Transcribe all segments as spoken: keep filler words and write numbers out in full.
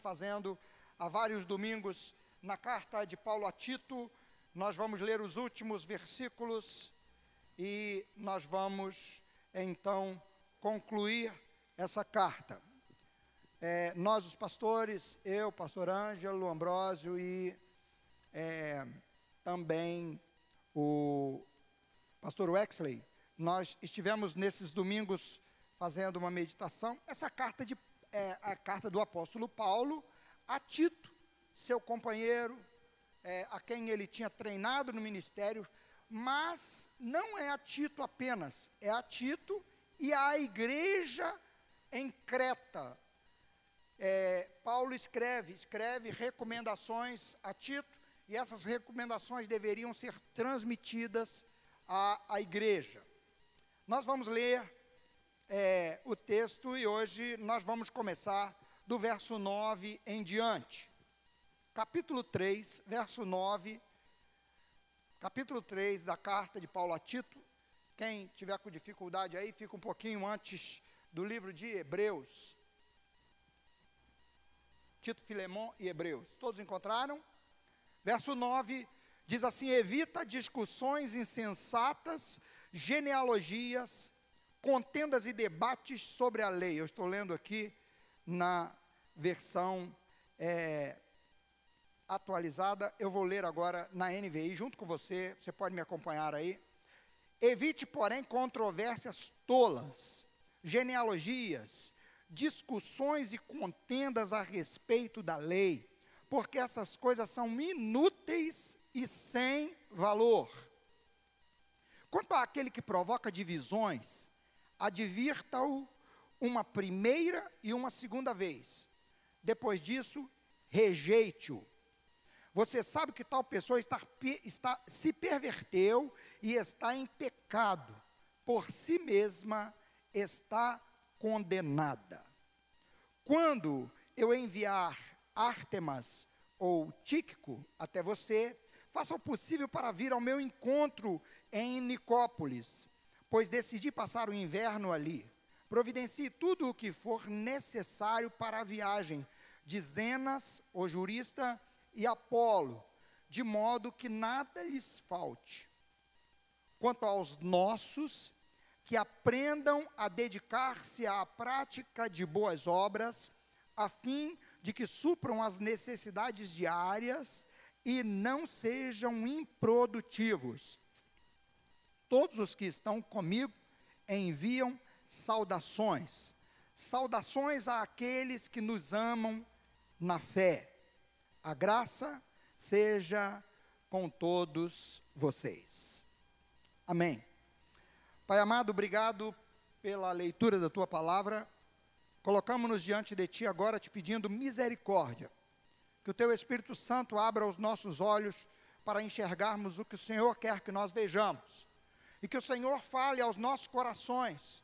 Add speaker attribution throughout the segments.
Speaker 1: fazendo há vários domingos na carta de Paulo a Tito. Nós vamos ler os últimos versículos e nós vamos, então, concluir essa carta. É, nós, os pastores, eu, pastor Ângelo, Ambrósio e é, também o pastor Wexley, nós estivemos nesses domingos fazendo uma meditação. Essa carta de, é a carta do apóstolo Paulo a Tito, seu companheiro, é, a quem ele tinha treinado no ministério, mas não é a Tito apenas, é a Tito e a igreja em Creta. É, Paulo escreve, escreve recomendações a Tito, e essas recomendações deveriam ser transmitidas à, à igreja. Nós vamos ler é, o texto e hoje nós vamos começar do verso nove em diante. Capítulo três, verso nove, capítulo três da carta de Paulo a Tito. Quem tiver com dificuldade aí, fica um pouquinho antes do livro de Hebreus. Tito, Filemon e Hebreus. Todos encontraram? Verso nove diz assim: evita discussões insensatas, genealogias, contendas e debates sobre a lei. Eu estou lendo aqui na versão é, atualizada. Eu vou ler agora na N V I junto com você, você pode me acompanhar aí. Evite, porém, controvérsias tolas, genealogias, discussões e contendas a respeito da lei, porque essas coisas são inúteis e sem valor. Quanto àquele que provoca divisões, advirta-o uma primeira e uma segunda vez. Depois disso, rejeite-o. Você sabe que tal pessoa está, está, se perverteu e está em pecado, por si mesma está condenada. Quando eu enviar Ártemas ou Tíquico até você, faça o possível para vir ao meu encontro em Nicópolis, pois decidi passar o inverno ali. Providencie tudo o que for necessário para a viagem de Zenas, o jurista, e Apolo, de modo que nada lhes falte. Quanto aos nossos, que aprendam a dedicar-se à prática de boas obras, a fim de que supram as necessidades diárias e não sejam improdutivos. Todos os que estão comigo enviam saudações. Saudações àqueles que nos amam na fé. A graça seja com todos vocês. Amém. Pai amado, obrigado pela leitura da Tua palavra. Colocamos-nos diante de Ti agora te pedindo misericórdia. Que o Teu Espírito Santo abra os nossos olhos para enxergarmos o que o Senhor quer que nós vejamos. E que o Senhor fale aos nossos corações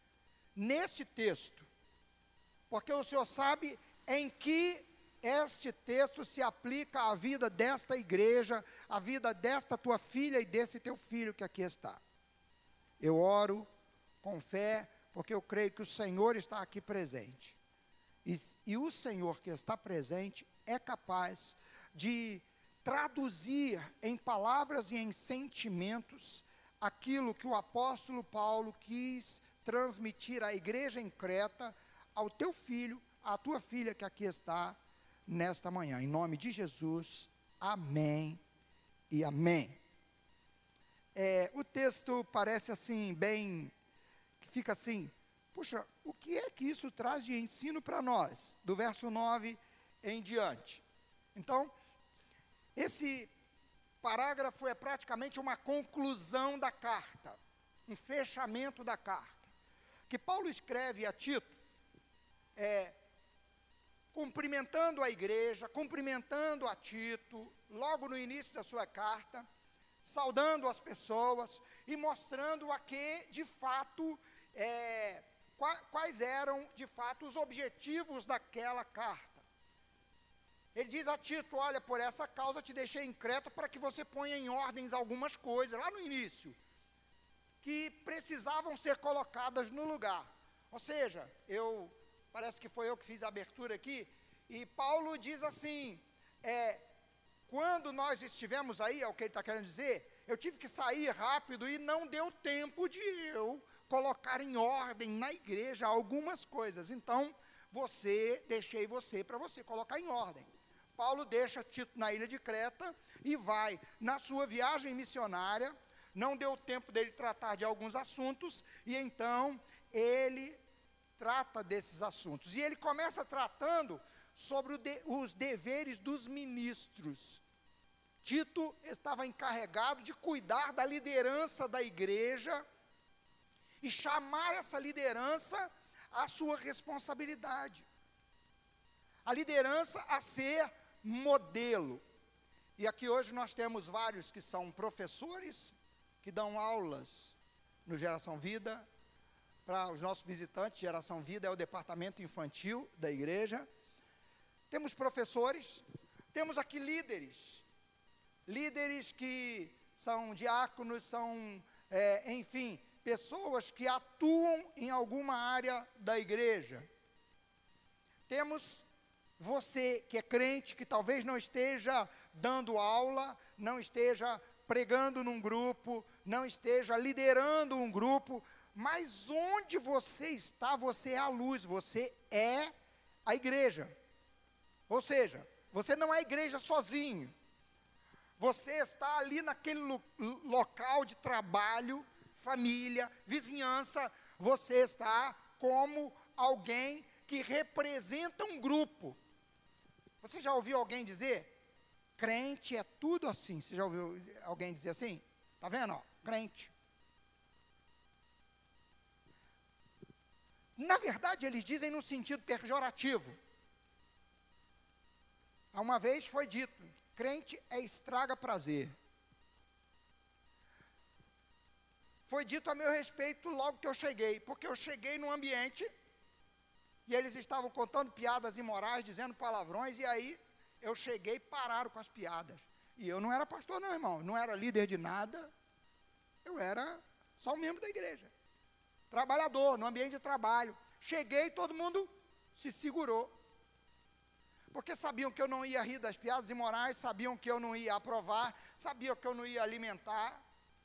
Speaker 1: neste texto. Porque o Senhor sabe em que este texto se aplica à vida desta igreja, à vida desta Tua filha e desse Teu filho que aqui está. Eu oro com fé, porque eu creio que o Senhor está aqui presente. E, e o Senhor que está presente é capaz de traduzir em palavras e em sentimentos aquilo que o apóstolo Paulo quis transmitir à igreja em Creta, ao teu filho, à tua filha que aqui está nesta manhã. Em nome de Jesus, amém e amém. É, o texto parece assim, bem, fica assim, puxa, o que é que isso traz de ensino para nós? Do verso nove em diante. Então, esse parágrafo é praticamente uma conclusão da carta, um fechamento da carta, que Paulo escreve a Tito, é, cumprimentando a igreja, cumprimentando a Tito, logo no início da sua carta, saudando as pessoas e mostrando a que, de fato, é, quais eram, de fato, os objetivos daquela carta. Ele diz a Tito, olha, por essa causa te deixei em Creta para que você ponha em ordens algumas coisas, lá no início, que precisavam ser colocadas no lugar. Ou seja, eu, parece que foi eu que fiz a abertura aqui, E Paulo diz assim, é, quando nós estivemos aí, é o que ele está querendo dizer, eu tive que sair rápido e não deu tempo de eu colocar em ordem na igreja algumas coisas. Então, você, deixei você para você colocar em ordem. Paulo deixa Tito na ilha de Creta e vai na sua viagem missionária. Não deu tempo dele tratar de alguns assuntos e então ele trata desses assuntos. E ele começa tratando sobre de, os deveres dos ministros. Tito estava encarregado de cuidar da liderança da igreja e chamar essa liderança à sua responsabilidade. A liderança a ser modelo. E aqui hoje nós temos vários que são professores, que dão aulas no Geração Vida. Para os nossos visitantes, Geração Vida é o departamento infantil da igreja. Temos professores, temos aqui líderes, líderes que são diáconos, são, é, enfim, pessoas que atuam em alguma área da igreja. Temos você que é crente, que talvez não esteja dando aula, não esteja pregando num grupo, não esteja liderando um grupo, mas onde você está, você é a luz, você é a igreja. Ou seja, você não é igreja sozinho. Você está ali naquele lo local de trabalho, família, vizinhança. Você está como alguém que representa um grupo. Você já ouviu alguém dizer? Crente é tudo assim. Você já ouviu alguém dizer assim? Está vendo? Ó, crente. Na verdade, eles dizem no sentido pejorativo. Uma vez foi dito, crente é estraga prazer. Foi dito a meu respeito logo que eu cheguei, porque eu cheguei num ambiente e eles estavam contando piadas imorais, dizendo palavrões, e aí eu cheguei e pararam com as piadas. E eu não era pastor não, irmão, não era líder de nada, eu era só um membro da igreja. Trabalhador, no ambiente de trabalho. Cheguei e todo mundo se segurou. Porque sabiam que eu não ia rir das piadas imorais, sabiam que eu não ia aprovar, sabiam que eu não ia alimentar.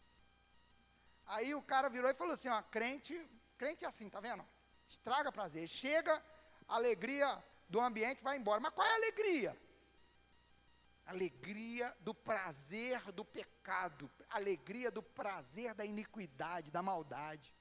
Speaker 1: Aí o cara virou e falou assim, ó, crente, crente é assim, tá vendo? Estraga prazer, chega, a alegria do ambiente vai embora. Mas qual é a alegria? Alegria do prazer do pecado, alegria do prazer da iniquidade, da maldade.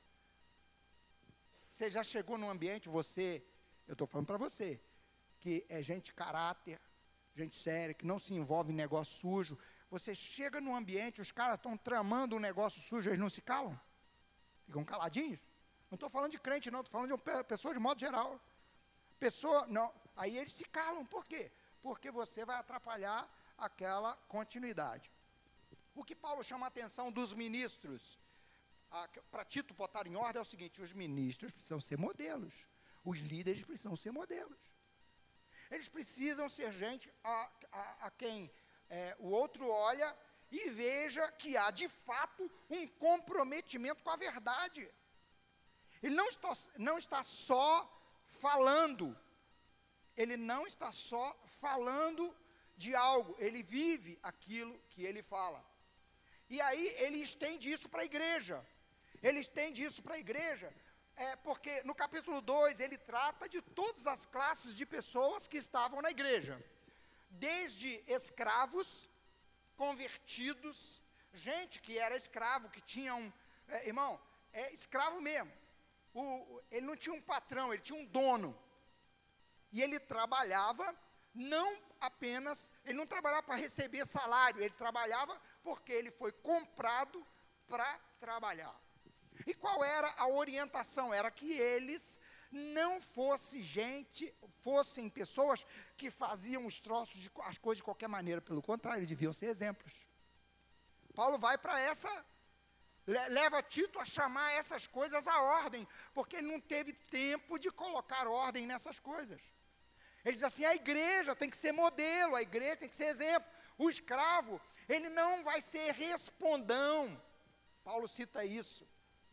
Speaker 1: Você já chegou num ambiente, você, eu estou falando para você, que é gente de caráter, gente séria, que não se envolve em negócio sujo. Você chega num ambiente, os caras estão tramando um negócio sujo, eles não se calam? Ficam caladinhos? Não estou falando de crente não, estou falando de uma pessoa de modo geral. Pessoa, não, aí eles se calam, por quê? Porque você vai atrapalhar aquela continuidade. O que Paulo chama a atenção dos ministros, para Tito botar em ordem, é o seguinte, os ministros precisam ser modelos, os líderes precisam ser modelos. Eles precisam ser gente a, a, a quem é, o outro olha e veja que há, de fato, um comprometimento com a verdade. Ele não está, não está só falando, ele não está só falando de algo, ele vive aquilo que ele fala. E aí ele estende isso para a igreja. Ele estende isso para a igreja. É porque no capítulo dois ele trata de todas as classes de pessoas que estavam na igreja. Desde escravos, convertidos, gente que era escravo, que tinha um... É, irmão, é escravo mesmo. O, ele não tinha um patrão, ele tinha um dono. E ele trabalhava, não apenas... Ele não trabalhava para receber salário, ele trabalhava porque ele foi comprado para trabalhar. E qual era a orientação? Era que eles não fossem gente, fossem pessoas que faziam os troços, de, as coisas de qualquer maneira. Pelo contrário, eles deviam ser exemplos. Paulo vai para essa, leva Tito a chamar essas coisas à ordem, porque ele não teve tempo de colocar ordem nessas coisas. Ele diz assim, a igreja tem que ser modelo, a igreja tem que ser exemplo. O escravo, ele não vai ser respondão. Paulo cita isso.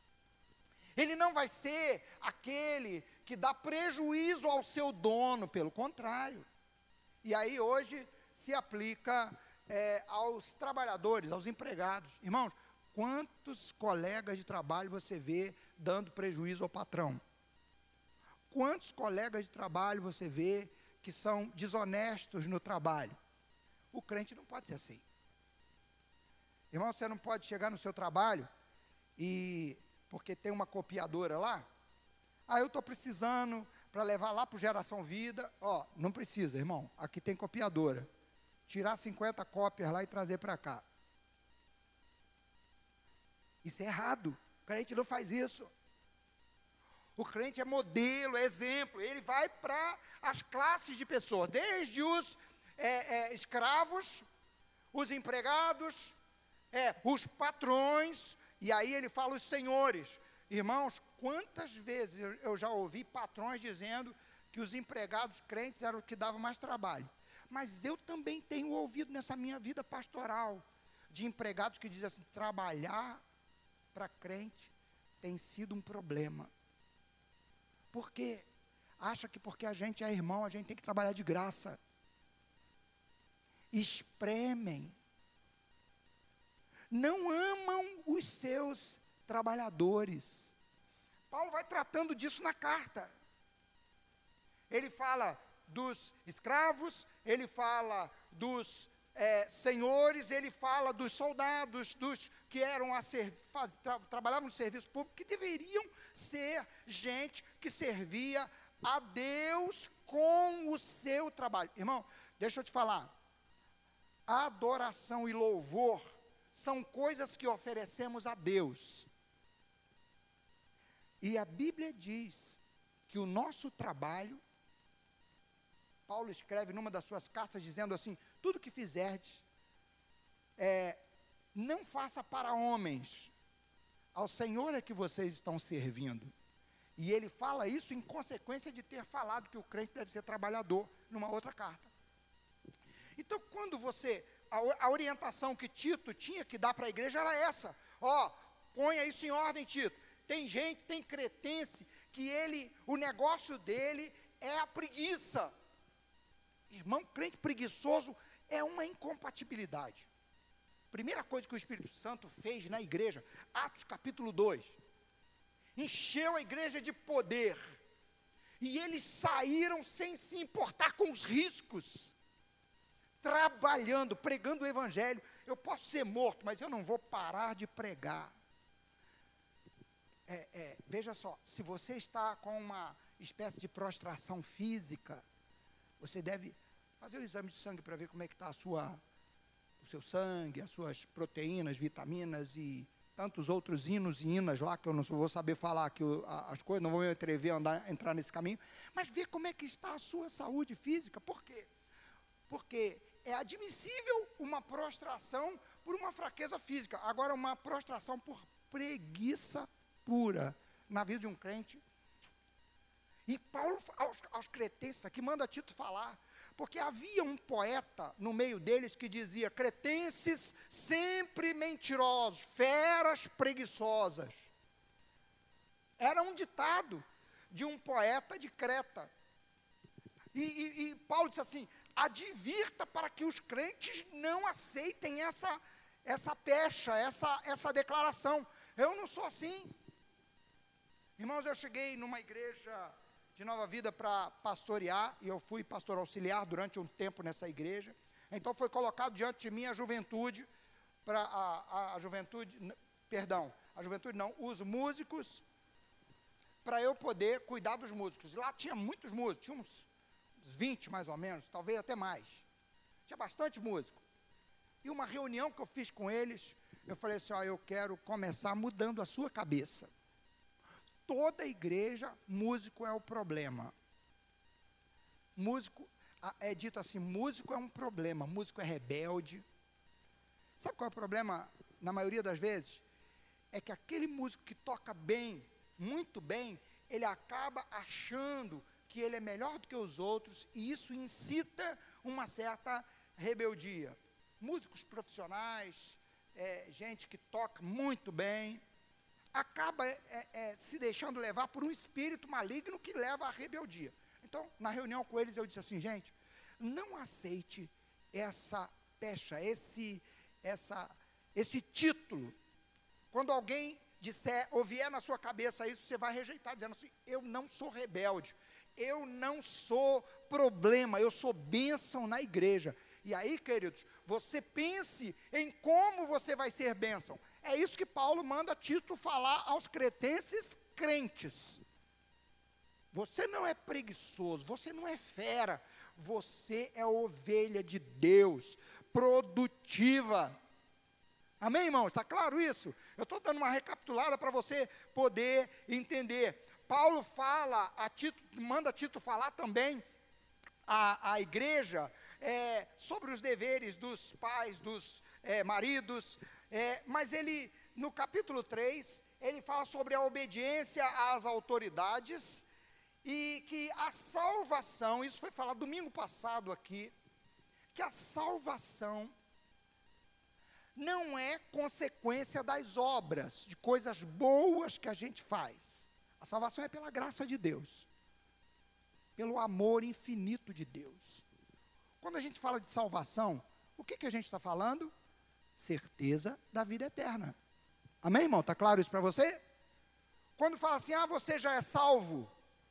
Speaker 1: Ele não vai ser aquele que dá prejuízo ao seu dono, pelo contrário. E aí hoje se aplica é, aos trabalhadores, aos empregados. Irmãos, quantos colegas de trabalho você vê dando prejuízo ao patrão? Quantos colegas de trabalho você vê que são desonestos no trabalho? O crente não pode ser assim. Irmão, você não pode chegar no seu trabalho e, porque tem uma copiadora lá, ah, eu estou precisando para levar lá para o Geração Vida, ó, não precisa, irmão, aqui tem copiadora. Tirar cinquenta cópias lá e trazer para cá. Isso é errado, o crente não faz isso. O crente é modelo, é exemplo, ele vai para as classes de pessoas, desde os é, é, escravos, os empregados, é, os patrões, e aí ele fala os senhores. Irmãos, quantas vezes eu, eu já ouvi patrões dizendo que os empregados crentes eram os que davam mais trabalho. Mas eu também tenho ouvido nessa minha vida pastoral, de empregados que dizem assim, trabalhar para crente tem sido um problema. Por quê? Acha que porque a gente é irmão, a gente tem que trabalhar de graça. Espremem. Não amam os seus trabalhadores. Paulo vai tratando disso na carta. Ele fala dos escravos, ele fala dos é, senhores, ele fala dos soldados, dos que eram a ser, faz, tra, trabalhavam no serviço público, que deveriam ser gente que servia a Deus com o seu trabalho. Irmão, deixa eu te falar, adoração e louvor são coisas que oferecemos a Deus. E a Bíblia diz que o nosso trabalho, Paulo escreve numa das suas cartas dizendo assim, tudo que fizerdes, é, não faça para homens, ao Senhor é que vocês estão servindo. E ele fala isso em consequência de ter falado que o crente deve ser trabalhador, numa outra carta. Então, quando você, a, a orientação que Tito tinha que dar para a igreja era essa, ó, ponha isso em ordem, Tito. Tem gente, tem cretense, que ele, o negócio dele é a preguiça. Irmão, crente preguiçoso é uma incompatibilidade. Primeira coisa que o Espírito Santo fez na igreja, Atos capítulo dois, encheu a igreja de poder, e eles saíram sem se importar com os riscos, trabalhando, pregando o evangelho. Eu posso ser morto, mas eu não vou parar de pregar. É, é, veja só, se você está com uma espécie de prostração física, você deve fazer o exame de sangue para ver como é que está a sua, o seu sangue, as suas proteínas, vitaminas e tantos outros hinos e hinas lá, que eu não vou saber falar aqui as coisas, não vou me atrever a andar, entrar nesse caminho, mas ver como é que está a sua saúde física. Por quê? Porque é admissível uma prostração por uma fraqueza física, agora uma prostração por preguiça pura na vida de um crente. E Paulo, aos, aos cretenses aqui, manda Tito falar, porque havia um poeta no meio deles que dizia, cretenses sempre mentirosos, feras preguiçosas. Era um ditado de um poeta de Creta. E, e, e Paulo disse assim, advirta para que os crentes não aceitem essa, essa pecha, essa, essa declaração. Eu não sou assim. Irmãos, eu cheguei numa igreja de Nova Vida para pastorear, e eu fui pastor auxiliar durante um tempo nessa igreja. Então foi colocado diante de mim a juventude, para a, a, a juventude, perdão, a juventude não, os músicos, para eu poder cuidar dos músicos. E lá tinha muitos músicos, tinha uns, uns vinte mais ou menos, talvez até mais. Tinha bastante músico. E uma reunião que eu fiz com eles, eu falei assim, ó, eu quero começar mudando a sua cabeça. Toda igreja, músico é o problema. Músico, é dito assim, músico é um problema, músico é rebelde. Sabe qual é o problema, na maioria das vezes? É que aquele músico que toca bem, muito bem, ele acaba achando que ele é melhor do que os outros, e isso incita uma certa rebeldia. Músicos profissionais, é, gente que toca muito bem, acaba é, é, se deixando levar por um espírito maligno que leva à rebeldia. Então, na reunião com eles, eu disse assim, gente, não aceite essa pecha, esse, essa, esse título. Quando alguém disser ou vier na sua cabeça isso, você vai rejeitar, dizendo assim: eu não sou rebelde, eu não sou problema, eu sou bênção na igreja. E aí, queridos, você pense em como você vai ser bênção. É isso que Paulo manda Tito falar aos cretenses crentes. Você não é preguiçoso, você não é fera, você é ovelha de Deus, produtiva. Amém, irmãos? Está claro isso? Eu estou dando uma recapitulada para você poder entender. Paulo fala, a Tito, manda Tito falar também à, à igreja é, sobre os deveres dos pais, dos é, maridos, é, mas ele, no capítulo três, ele fala sobre a obediência às autoridades, e que a salvação, isso foi falado domingo passado aqui, que a salvação não é consequência das obras, de coisas boas que a gente faz. A salvação é pela graça de Deus, pelo amor infinito de Deus. Quando a gente fala de salvação, o que, que a gente está falando? Certeza da vida eterna. Amém, irmão? Está claro isso para você? Quando fala assim, ah, você já é salvo.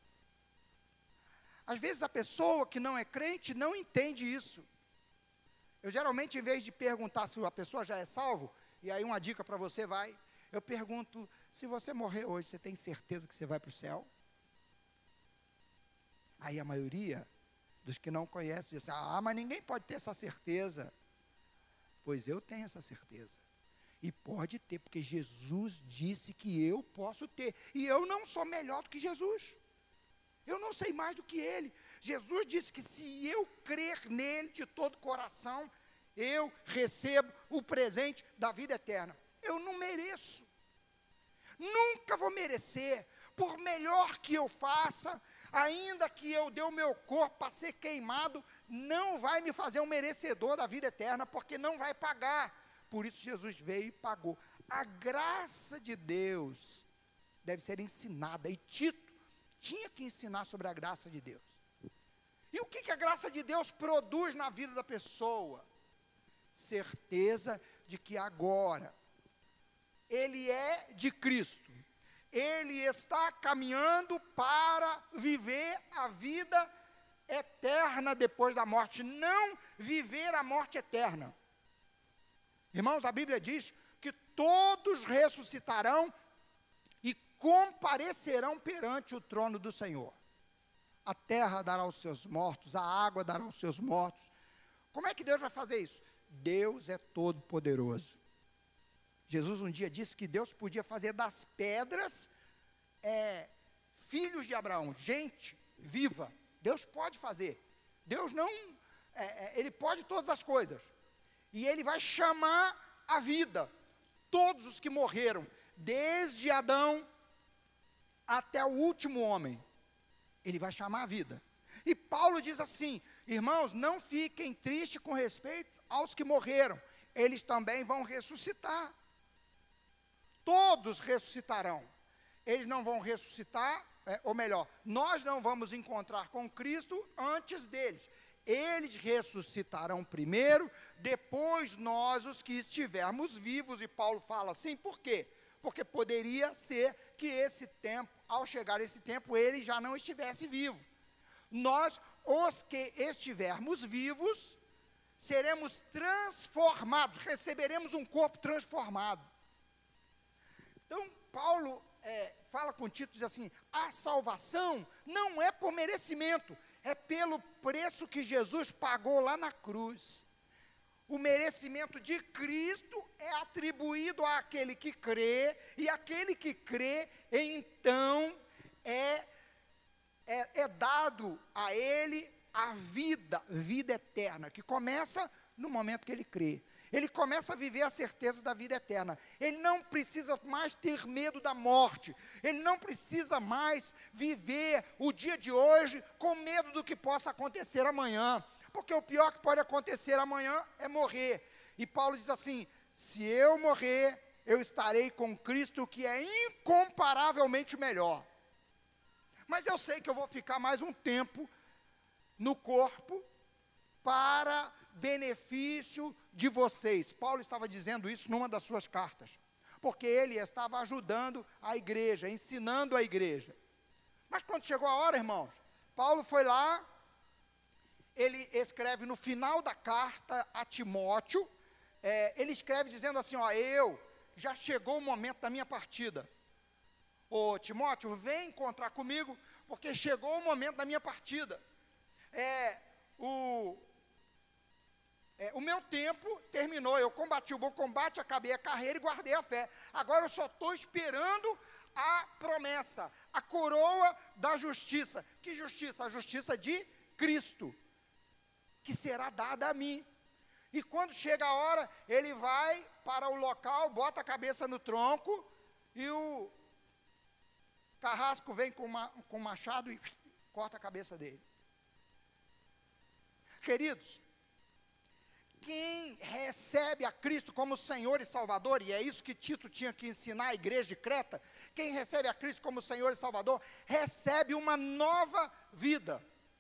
Speaker 1: Às vezes a pessoa que não é crente não entende isso. Eu geralmente, em vez de perguntar se a pessoa já é salvo, e aí uma dica para você vai, eu pergunto: se você morrer hoje, você tem certeza que você vai para o céu? Aí a maioria dos que não conhecem diz: ah, mas ninguém pode ter essa certeza. Pois eu tenho essa certeza. E pode ter, porque Jesus disse que eu posso ter. E eu não sou melhor do que Jesus. Eu não sei mais do que ele. Jesus disse que se eu crer nele de todo o coração, eu recebo o presente da vida eterna. Eu não mereço. Nunca vou merecer. Por melhor que eu faça, ainda que eu dê o meu corpo para ser queimado, não vai me fazer um merecedor da vida eterna, porque não vai pagar. Por isso Jesus veio e pagou. A graça de Deus deve ser ensinada. E Tito tinha que ensinar sobre a graça de Deus. E o que, que a graça de Deus produz na vida da pessoa? Certeza de que agora ele é de Cristo. Ele está caminhando para viver a vida eterna depois da morte. Não viver a morte eterna. Irmãos, a Bíblia diz que todos ressuscitarão e comparecerão perante o trono do Senhor. A terra dará os seus mortos, a água dará os seus mortos. Como é que Deus vai fazer isso? Deus é todo poderoso. Jesus um dia disse que Deus podia fazer das pedras é, filhos de Abraão, gente viva. Deus pode fazer. Deus não, é, é, Ele pode todas as coisas. E Ele vai chamar a vida todos os que morreram, desde Adão até o último homem. Ele vai chamar a vida. E Paulo diz assim: irmãos, não fiquem tristes com respeito aos que morreram, eles também vão ressuscitar. Todos ressuscitarão. Eles não vão ressuscitar, é, ou melhor, nós não vamos encontrar com Cristo antes deles. Eles ressuscitarão primeiro, depois nós, os que estivermos vivos. E Paulo fala assim, por quê? Porque poderia ser que esse tempo, ao chegar esse tempo, ele já não estivesse vivo. Nós, os que estivermos vivos, seremos transformados, receberemos um corpo transformado. Então, Paulo é, fala com Tito, diz assim: a salvação não é por merecimento, é pelo preço que Jesus pagou lá na cruz. O merecimento de Cristo é atribuído àquele que crê, e aquele que crê, então, é, é, é dado a ele a vida, vida eterna, que começa no momento que ele crê. Ele começa a viver a certeza da vida eterna. Ele não precisa mais ter medo da morte. Ele não precisa mais viver o dia de hoje com medo do que possa acontecer amanhã. Porque o pior que pode acontecer amanhã é morrer. E Paulo diz assim: se eu morrer, eu estarei com Cristo, que é incomparavelmente melhor. Mas eu sei que eu vou ficar mais um tempo no corpo, para benefício de vocês. Paulo estava dizendo isso numa das suas cartas, porque ele estava ajudando a igreja, ensinando a igreja. Mas quando chegou a hora, irmãos, Paulo foi lá, ele escreve no final da carta a Timóteo, é, ele escreve dizendo assim, ó, eu, já chegou o momento da minha partida. Ô Timóteo, vem encontrar comigo, porque chegou o momento da minha partida. É, o, é, o meu tempo terminou, eu combati o bom combate, acabei a carreira e guardei a fé. Agora eu só estou esperando a promessa, a coroa da justiça. Que justiça? A justiça de Cristo, que será dada a mim. E quando chega a hora, ele vai para o local, bota a cabeça no tronco, e o carrasco vem com, uma, com um machado e corta a cabeça dele. Queridos, quem recebe a Cristo como Senhor e Salvador, e é isso que Tito tinha que ensinar à igreja de Creta, quem recebe a Cristo como Senhor e Salvador, recebe uma nova vida.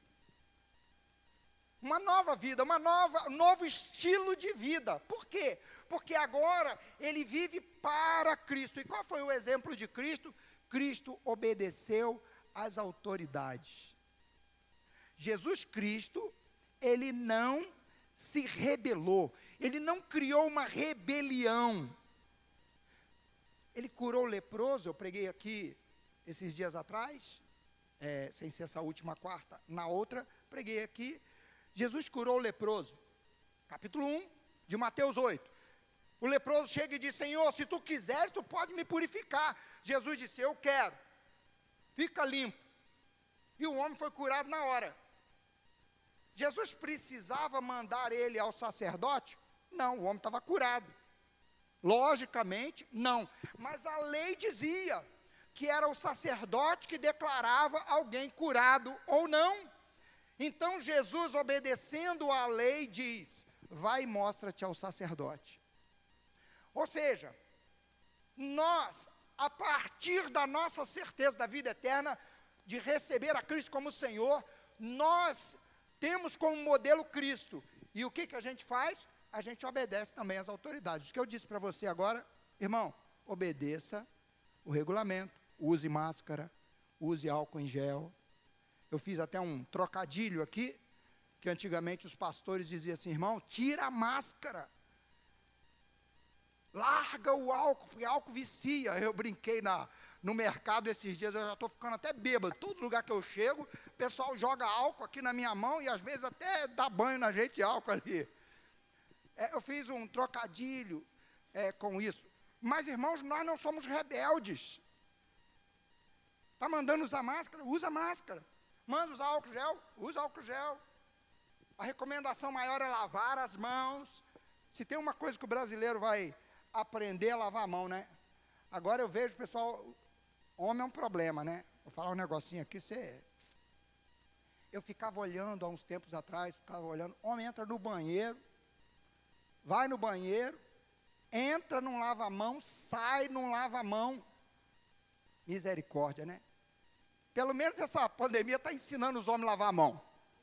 Speaker 1: Uma nova vida, uma nova, um novo estilo de vida. Por quê? Porque agora ele vive para Cristo. E qual foi o exemplo de Cristo? Cristo obedeceu às autoridades. Jesus Cristo, ele não se rebelou, ele não criou uma rebelião. Ele curou o leproso, eu preguei aqui esses dias atrás, é, sem ser essa última quarta, na outra, preguei aqui, Jesus curou o leproso, capítulo um de Mateus oito. O leproso chega e diz, Senhor, se tu quiseres, tu pode me purificar. Jesus disse, eu quero, fica limpo. E o homem foi curado na hora. Jesus precisava mandar ele ao sacerdote? Não, o homem estava curado. Logicamente, não. Mas a lei dizia que era o sacerdote que declarava alguém curado ou não. Então Jesus, obedecendo à lei, diz, vai e mostra-te ao sacerdote. Ou seja, nós, a partir da nossa certeza da vida eterna, de receber a Cristo como Senhor, nós temos como modelo Cristo. E o que, que a gente faz? A gente obedece também às autoridades. O que eu disse para você agora, irmão, obedeça o regulamento, use máscara, use álcool em gel. Eu fiz até um trocadilho aqui, que antigamente os pastores diziam assim, irmão, tira a máscara, larga o álcool, porque álcool vicia. Eu brinquei na, no mercado esses dias, eu já estou ficando até bêbado. Todo lugar que eu chego, o pessoal joga álcool aqui na minha mão e às vezes até dá banho na gente de álcool ali. É, eu fiz um trocadilho é, com isso. Mas, irmãos, nós não somos rebeldes. Está mandando usar máscara? Usa máscara. Manda usar álcool gel? Usa álcool gel. A recomendação maior é lavar as mãos. Se tem uma coisa que o brasileiro vai aprender a lavar a mão, né? Agora eu vejo, pessoal, homem é um problema, né? Vou falar um negocinho aqui, você... Eu ficava olhando há uns tempos atrás, ficava olhando, homem entra no banheiro, vai no banheiro, entra, não lava a mão, sai, não lava a mão. Misericórdia, né? Pelo menos essa pandemia está ensinando os homens a lavar a mão.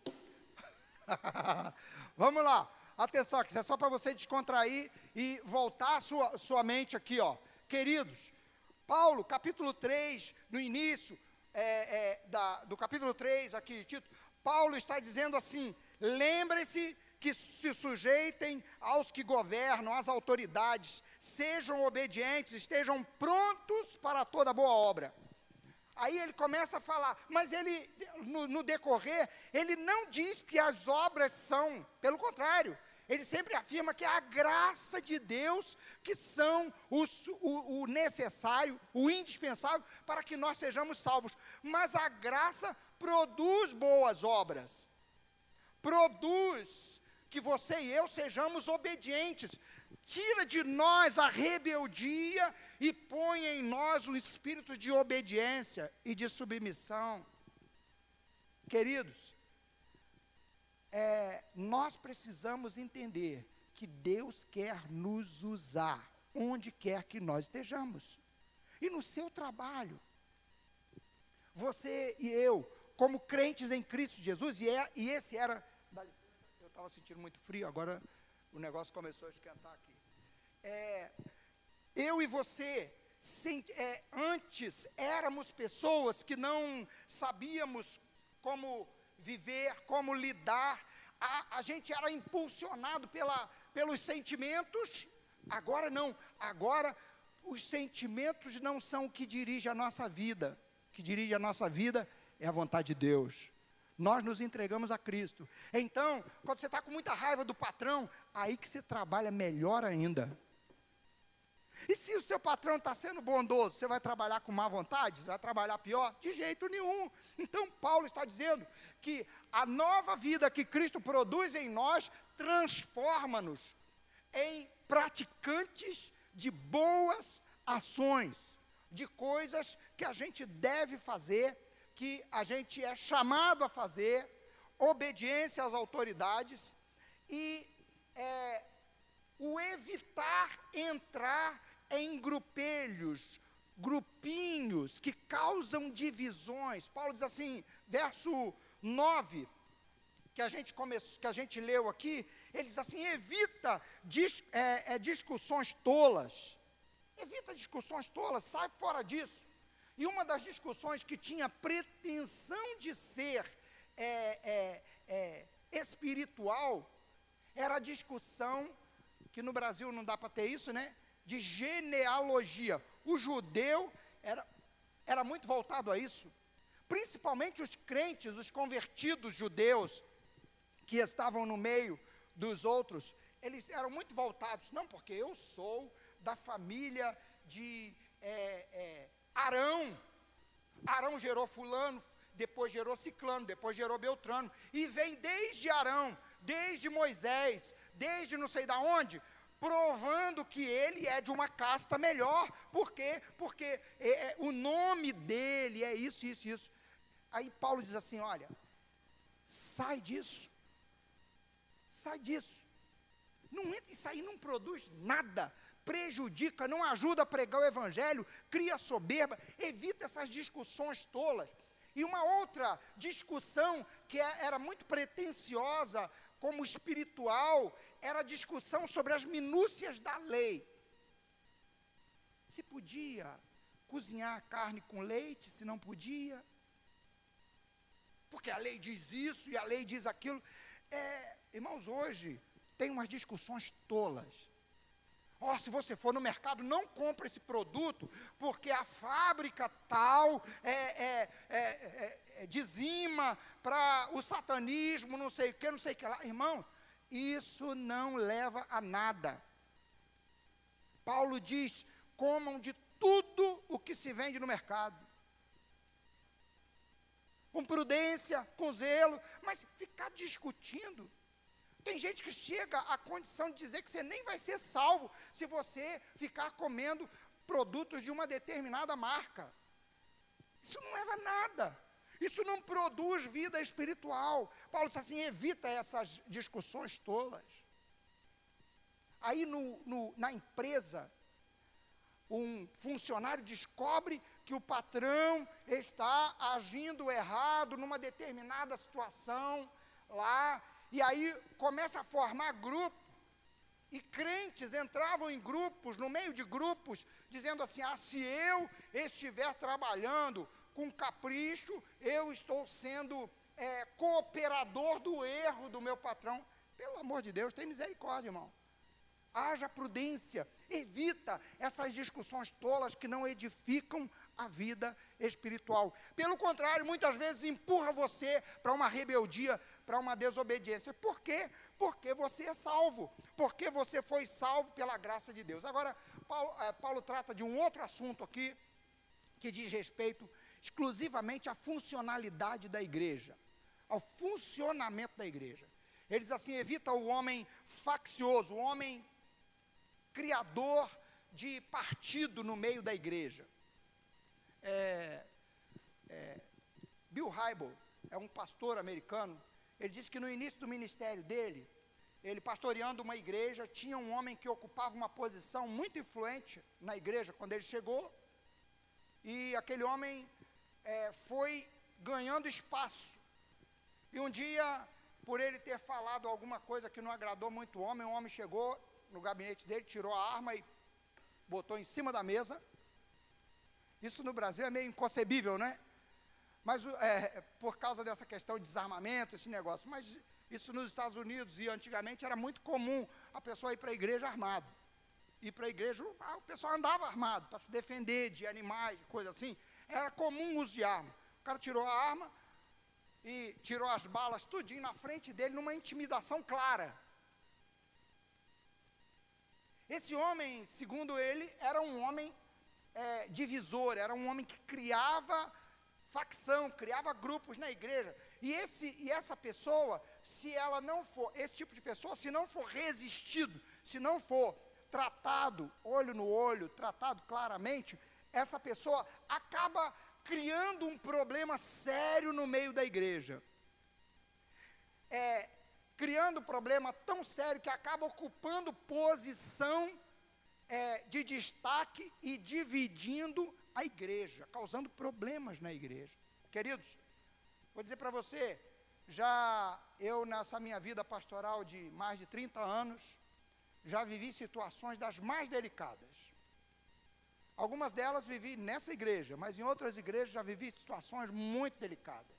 Speaker 1: Vamos lá, atenção, isso é só para você descontrair e voltar a sua, sua mente aqui, ó. Queridos, Paulo, capítulo três, no início é, é, da, do capítulo três aqui de Tito, Paulo está dizendo assim, lembre-se que se sujeitem aos que governam, às autoridades, sejam obedientes, estejam prontos para toda boa obra. Aí ele começa a falar, mas ele, no, no decorrer, ele não diz que as obras são, pelo contrário, ele sempre afirma que é a graça de Deus que são o, o, o necessário, o indispensável para que nós sejamos salvos. Mas a graça produz boas obras, produz que você e eu sejamos obedientes, tira de nós a rebeldia e põe em nós um espírito de obediência e de submissão. Queridos, é, nós precisamos entender que Deus quer nos usar onde quer que nós estejamos. E no seu trabalho, você e eu, como crentes em Cristo Jesus, e, é, e esse era... Eu estava sentindo muito frio, agora o negócio começou a esquentar aqui. É, eu e você, sem, é, antes éramos pessoas que não sabíamos como viver, como lidar, a, a gente era impulsionado pela, pelos sentimentos, agora não, agora os sentimentos não são o que dirige a nossa vida, o que dirige a nossa vida é a vontade de Deus. Nós nos entregamos a Cristo. Então, quando você está com muita raiva do patrão, aí que você trabalha melhor ainda. E se o seu patrão está sendo bondoso, você vai trabalhar com má vontade? Você vai trabalhar pior? De jeito nenhum. Então, Paulo está dizendo que a nova vida que Cristo produz em nós transforma-nos em praticantes de boas ações, de coisas que a gente deve fazer, que a gente é chamado a fazer, obediência às autoridades e é, o evitar entrar em grupelhos, grupinhos que causam divisões. Paulo diz assim, verso nove, que a gente, come, que a gente leu aqui, ele diz assim, evita dis, é, é, discussões tolas, evita discussões tolas, sai fora disso. E uma das discussões que tinha pretensão de ser é, é, é, espiritual, era a discussão, que no Brasil não dá para ter isso, né? De genealogia. O judeu era, era muito voltado a isso. Principalmente os crentes, os convertidos judeus, que estavam no meio dos outros, eles eram muito voltados, não, porque eu sou da família de é, é, Arão. Arão gerou fulano, depois gerou ciclano, depois gerou beltrano, e vem desde Arão, desde Moisés, desde não sei da onde, provando que ele é de uma casta melhor. Por quê? Porque é, é, o nome dele é isso, isso, isso. Aí Paulo diz assim, olha, sai disso, sai disso, não entra, isso aí não produz nada, prejudica, não ajuda a pregar o evangelho, cria soberba, evita essas discussões tolas. E uma outra discussão que era muito pretensiosa, como espiritual, era a discussão sobre as minúcias da lei. Se podia cozinhar a carne com leite, se não podia, porque a lei diz isso e a lei diz aquilo. É, irmãos, hoje tem umas discussões tolas. Ó, oh, se você for no mercado, não compre esse produto, porque a fábrica tal é, é, é, é, é, dizima para o satanismo, não sei o que, não sei o que lá. Irmão, isso não leva a nada. Paulo diz, comam de tudo o que se vende no mercado. Com prudência, com zelo, mas ficar discutindo. Tem gente que chega à condição de dizer que você nem vai ser salvo se você ficar comendo produtos de uma determinada marca. Isso não leva a nada. Isso não produz vida espiritual. Paulo diz assim, evita essas discussões tolas. Aí no, no, na empresa, um funcionário descobre que o patrão está agindo errado numa determinada situação lá, e aí começa a formar grupo, e crentes entravam em grupos, no meio de grupos, dizendo assim, ah, se eu estiver trabalhando com capricho, eu estou sendo é, cooperador do erro do meu patrão. Pelo amor de Deus, tem misericórdia, irmão. Haja prudência, evita essas discussões tolas que não edificam a vida espiritual. Pelo contrário, muitas vezes empurra você para uma rebeldia, para uma desobediência. Por quê? Porque você é salvo, porque você foi salvo pela graça de Deus. Agora, Paulo, é, Paulo trata de um outro assunto aqui, que diz respeito exclusivamente à funcionalidade da igreja, ao funcionamento da igreja. Ele diz assim, evita o homem faccioso, o homem criador de partido no meio da igreja. É, é, Bill Hybels é um pastor americano. Ele disse que no início do ministério dele, ele pastoreando uma igreja, tinha um homem que ocupava uma posição muito influente na igreja quando ele chegou, e aquele homem é, foi ganhando espaço. E um dia por ele ter falado alguma coisa que não agradou muito o homem. O homem chegou no gabinete dele, tirou a arma e botou em cima da mesa. Isso no Brasil é meio inconcebível, né? Mas é, por causa dessa questão de desarmamento, esse negócio. Mas isso nos Estados Unidos e antigamente era muito comum a pessoa ir para a igreja armado. Ir para a igreja, o pessoal andava armado para se defender de animais, de coisa assim. Era comum o uso de arma. O cara tirou a arma e tirou as balas tudinho na frente dele numa intimidação clara. Esse homem, segundo ele, era um homem é, divisor, era um homem que criava facção, criava grupos na igreja. E, esse, e essa pessoa, se ela não for, esse tipo de pessoa, se não for resistido, se não for tratado olho no olho, tratado claramente, essa pessoa acaba criando um problema sério no meio da igreja. É, criando um problema tão sério que acaba ocupando posição é, de destaque e dividindo a igreja, causando problemas na igreja. Queridos, vou dizer para você, já eu nessa minha vida pastoral de mais de trinta anos, já vivi situações das mais delicadas. Algumas delas vivi nessa igreja, mas em outras igrejas já vivi situações muito delicadas.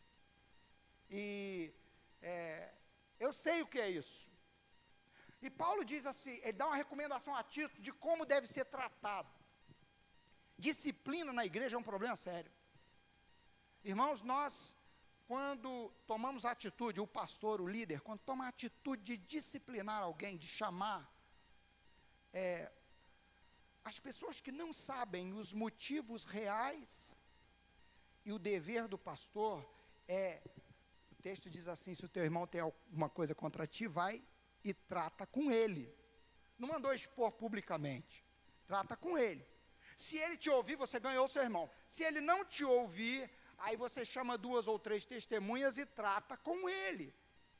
Speaker 1: E é, eu sei o que é isso. E Paulo diz assim, ele dá uma recomendação a Tito de como deve ser tratado. Disciplina na igreja é um problema sério. Irmãos, nós, quando tomamos a atitude, o pastor, o líder, quando toma a atitude de disciplinar alguém, de chamar, é, as pessoas que não sabem os motivos reais e o dever do pastor é, o texto diz assim, se o teu irmão tem alguma coisa contra ti, vai e trata com ele. Não mandou expor publicamente, trata com ele. Se ele te ouvir, você ganhou o seu irmão. Se ele não te ouvir, aí você chama duas ou três testemunhas e trata com ele.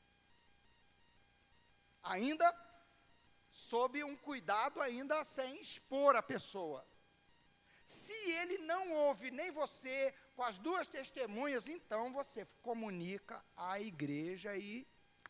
Speaker 1: Ainda sob um cuidado, ainda sem expor a pessoa. Se ele não ouve nem você com as duas testemunhas, então você comunica à igreja e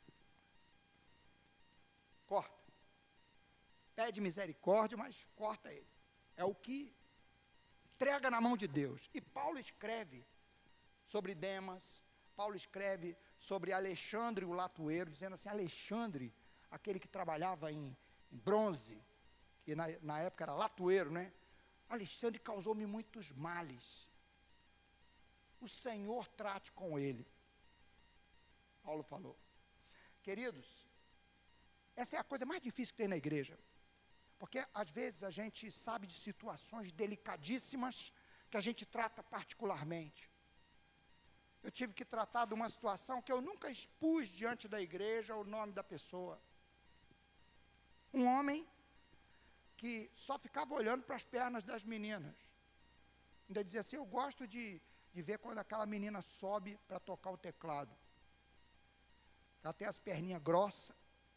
Speaker 1: corta. Pede misericórdia, mas corta ele. É o que entrega na mão de Deus. E Paulo escreve sobre Demas, Paulo escreve sobre Alexandre, o latoeiro, dizendo assim, Alexandre, aquele que trabalhava em, em bronze, que na, na época era latoeiro, né? Alexandre causou-me muitos males. O Senhor trate com ele. Paulo falou. Queridos, essa é a coisa mais difícil que tem na igreja. Porque, às vezes, a gente sabe de situações delicadíssimas que a gente trata particularmente. Eu tive que tratar de uma situação que eu nunca expus diante da igreja o nome da pessoa. Um homem que só ficava olhando para as pernas das meninas. Ainda dizia assim, eu gosto de, de ver quando aquela menina sobe para tocar o teclado. Ela tem as perninhas grossas.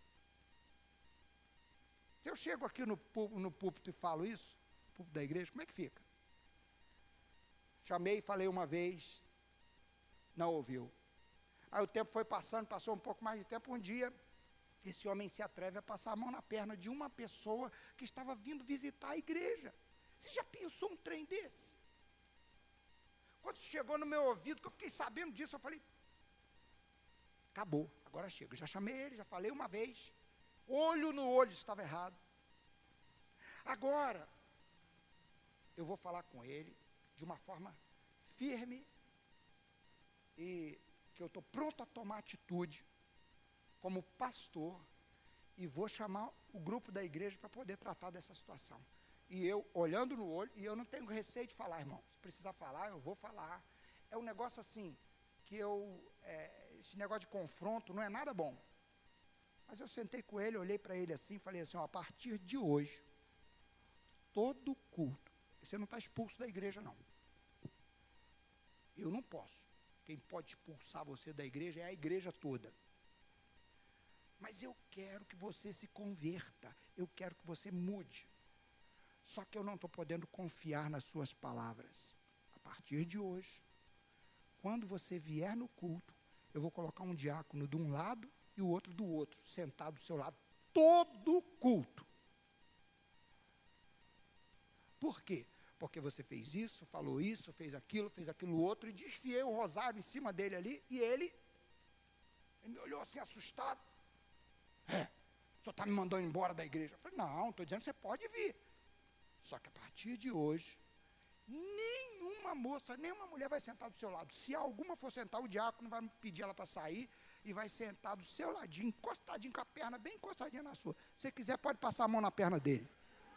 Speaker 1: Se eu chego aqui no, no púlpito e falo isso, no púlpito da igreja, como é que fica? Chamei e falei uma vez, não ouviu. Aí o tempo foi passando, passou um pouco mais de tempo, um dia, esse homem se atreve a passar a mão na perna de uma pessoa que estava vindo visitar a igreja. Você já pensou um trem desse? Quando chegou no meu ouvido, que eu fiquei sabendo disso, eu falei, acabou, agora chega. Já chamei ele, já falei uma vez, olho no olho, estava errado. Agora, eu vou falar com ele de uma forma firme e que eu estou pronto a tomar atitude como pastor e vou chamar o grupo da igreja para poder tratar dessa situação. E eu, olhando no olho, e eu não tenho receio de falar, irmão, se precisar falar, eu vou falar. É um negócio assim, que eu, é, esse negócio de confronto não é nada bom. Mas eu sentei com ele, olhei para ele assim, falei assim, ó, a partir de hoje, todo culto, você não está expulso da igreja não. Eu não posso. Quem pode expulsar você da igreja é a igreja toda. Mas eu quero que você se converta, eu quero que você mude. Só que eu não estou podendo confiar nas suas palavras. A partir de hoje, quando você vier no culto, eu vou colocar um diácono de um lado e o outro do outro, sentado do seu lado, todo culto. Por quê? Porque você fez isso, falou isso, fez aquilo, fez aquilo outro, e desfiei o rosário em cima dele ali, e ele, ele me olhou assim assustado. É, o senhor está me mandando embora da igreja? Eu falei, não, estou dizendo que você pode vir. Só que a partir de hoje, nenhuma moça, nenhuma mulher vai sentar do seu lado. Se alguma for sentar, o diácono vai pedir ela para sair, e vai sentar do seu ladinho, encostadinho com a perna, bem encostadinha na sua. Se você quiser, pode passar a mão na perna dele.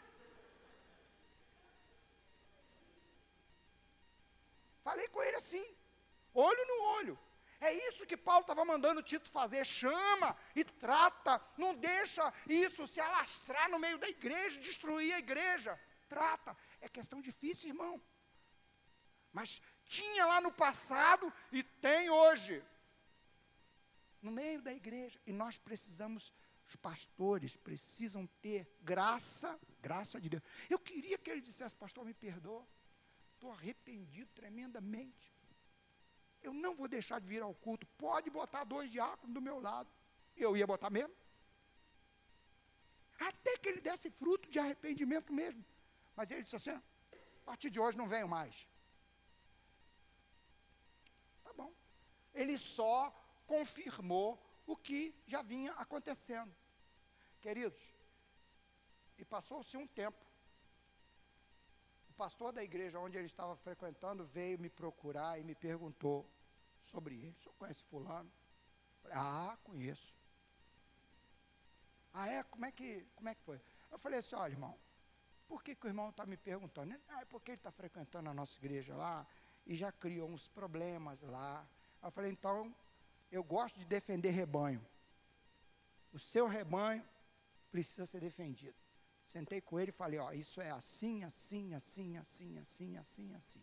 Speaker 1: Falei com ele assim, olho no olho. É isso que Paulo estava mandando Tito fazer. Chama e trata, não deixa isso se alastrar no meio da igreja, destruir a igreja. Trata. É questão difícil, irmão. Mas tinha lá no passado e tem hoje. No meio da igreja. E nós precisamos, os pastores precisam ter graça, graça de Deus. Eu queria que ele dissesse, pastor, me perdoa. Estou arrependido tremendamente. Eu não vou deixar de vir ao culto. Pode botar dois diáconos do meu lado. Eu ia botar mesmo. Até que ele desse fruto de arrependimento mesmo. Mas ele disse assim, a partir de hoje não venho mais. Tá bom. Ele só confirmou o que já vinha acontecendo. Queridos, e passou-se um tempo. O pastor da igreja onde ele estava frequentando veio me procurar e me perguntou sobre ele. O senhor conhece fulano? Eu falei, ah, conheço. Ah, é? Como é que, como é que foi? Eu falei assim, olha, irmão, por que, que o irmão está me perguntando? Ah, é porque ele está frequentando a nossa igreja lá e já criou uns problemas lá. Eu falei, então, eu gosto de defender rebanho. O seu rebanho precisa ser defendido. Sentei com ele e falei, ó, isso é assim, assim, assim, assim, assim, assim, assim.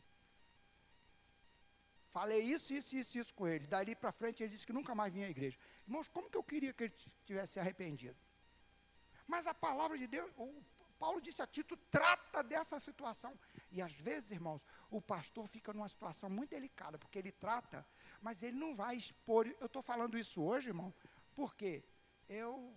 Speaker 1: Falei isso, isso, isso, isso com ele. Dali para frente ele disse que nunca mais vinha à igreja. Irmãos, como que eu queria que ele tivesse arrependido? Mas a palavra de Deus, o Paulo disse a Tito, trata dessa situação. E às vezes, irmãos, o pastor fica numa situação muito delicada, porque ele trata, mas ele não vai expor. Eu estou falando isso hoje, irmão, porque eu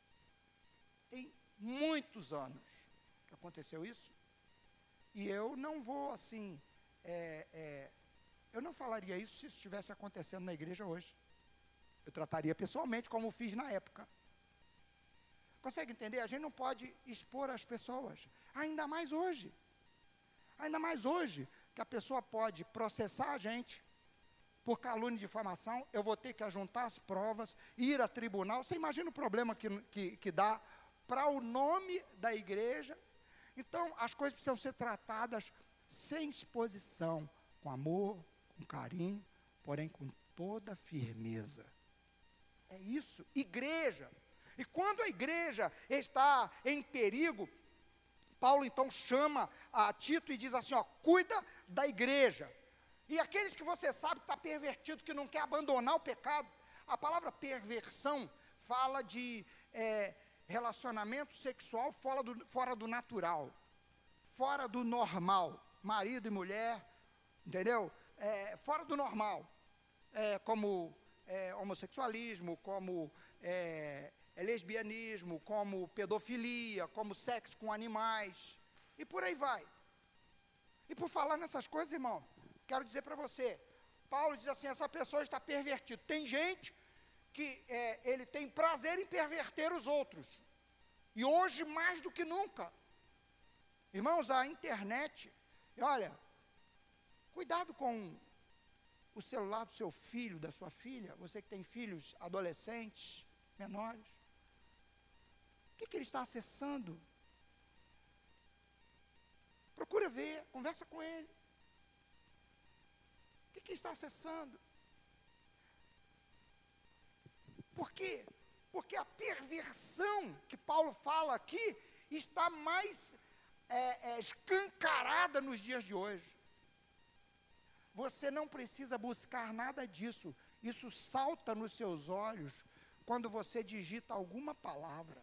Speaker 1: tenho muitos anos que aconteceu isso, e eu não vou assim, é, é, eu não falaria isso se isso estivesse acontecendo na igreja hoje. Eu trataria pessoalmente, como fiz na época. Consegue entender? A gente não pode expor as pessoas, ainda mais hoje. Ainda mais hoje, que a pessoa pode processar a gente por calúnia e difamação, eu vou ter que ajuntar as provas, ir a tribunal. Você imagina o problema que, que, que dá para o nome da igreja. Então, as coisas precisam ser tratadas sem exposição, com amor, com carinho, porém com toda firmeza. É isso, igreja. E quando a igreja está em perigo, Paulo então chama a Tito e diz assim, ó, cuida da igreja. E aqueles que você sabe que está pervertido, que não quer abandonar o pecado, a palavra perversão fala de é, relacionamento sexual fora do, fora do natural, fora do normal, marido e mulher, entendeu? É, fora do normal, é, como é, homossexualismo, como é, é lesbianismo, como pedofilia, como sexo com animais, e por aí vai. E por falar nessas coisas, irmão, quero dizer para você, Paulo diz assim, essa pessoa está pervertida. Tem gente que é, ele tem prazer em perverter os outros, e hoje mais do que nunca. Irmãos, a internet, olha, cuidado com o celular do seu filho, da sua filha, você que tem filhos adolescentes, menores, o que, que ele está acessando? Procura ver, conversa com ele. O que, que ele está acessando? Por quê? Porque a perversão que Paulo fala aqui está mais é, é, escancarada nos dias de hoje. Você não precisa buscar nada disso. Isso salta nos seus olhos quando você digita alguma palavra.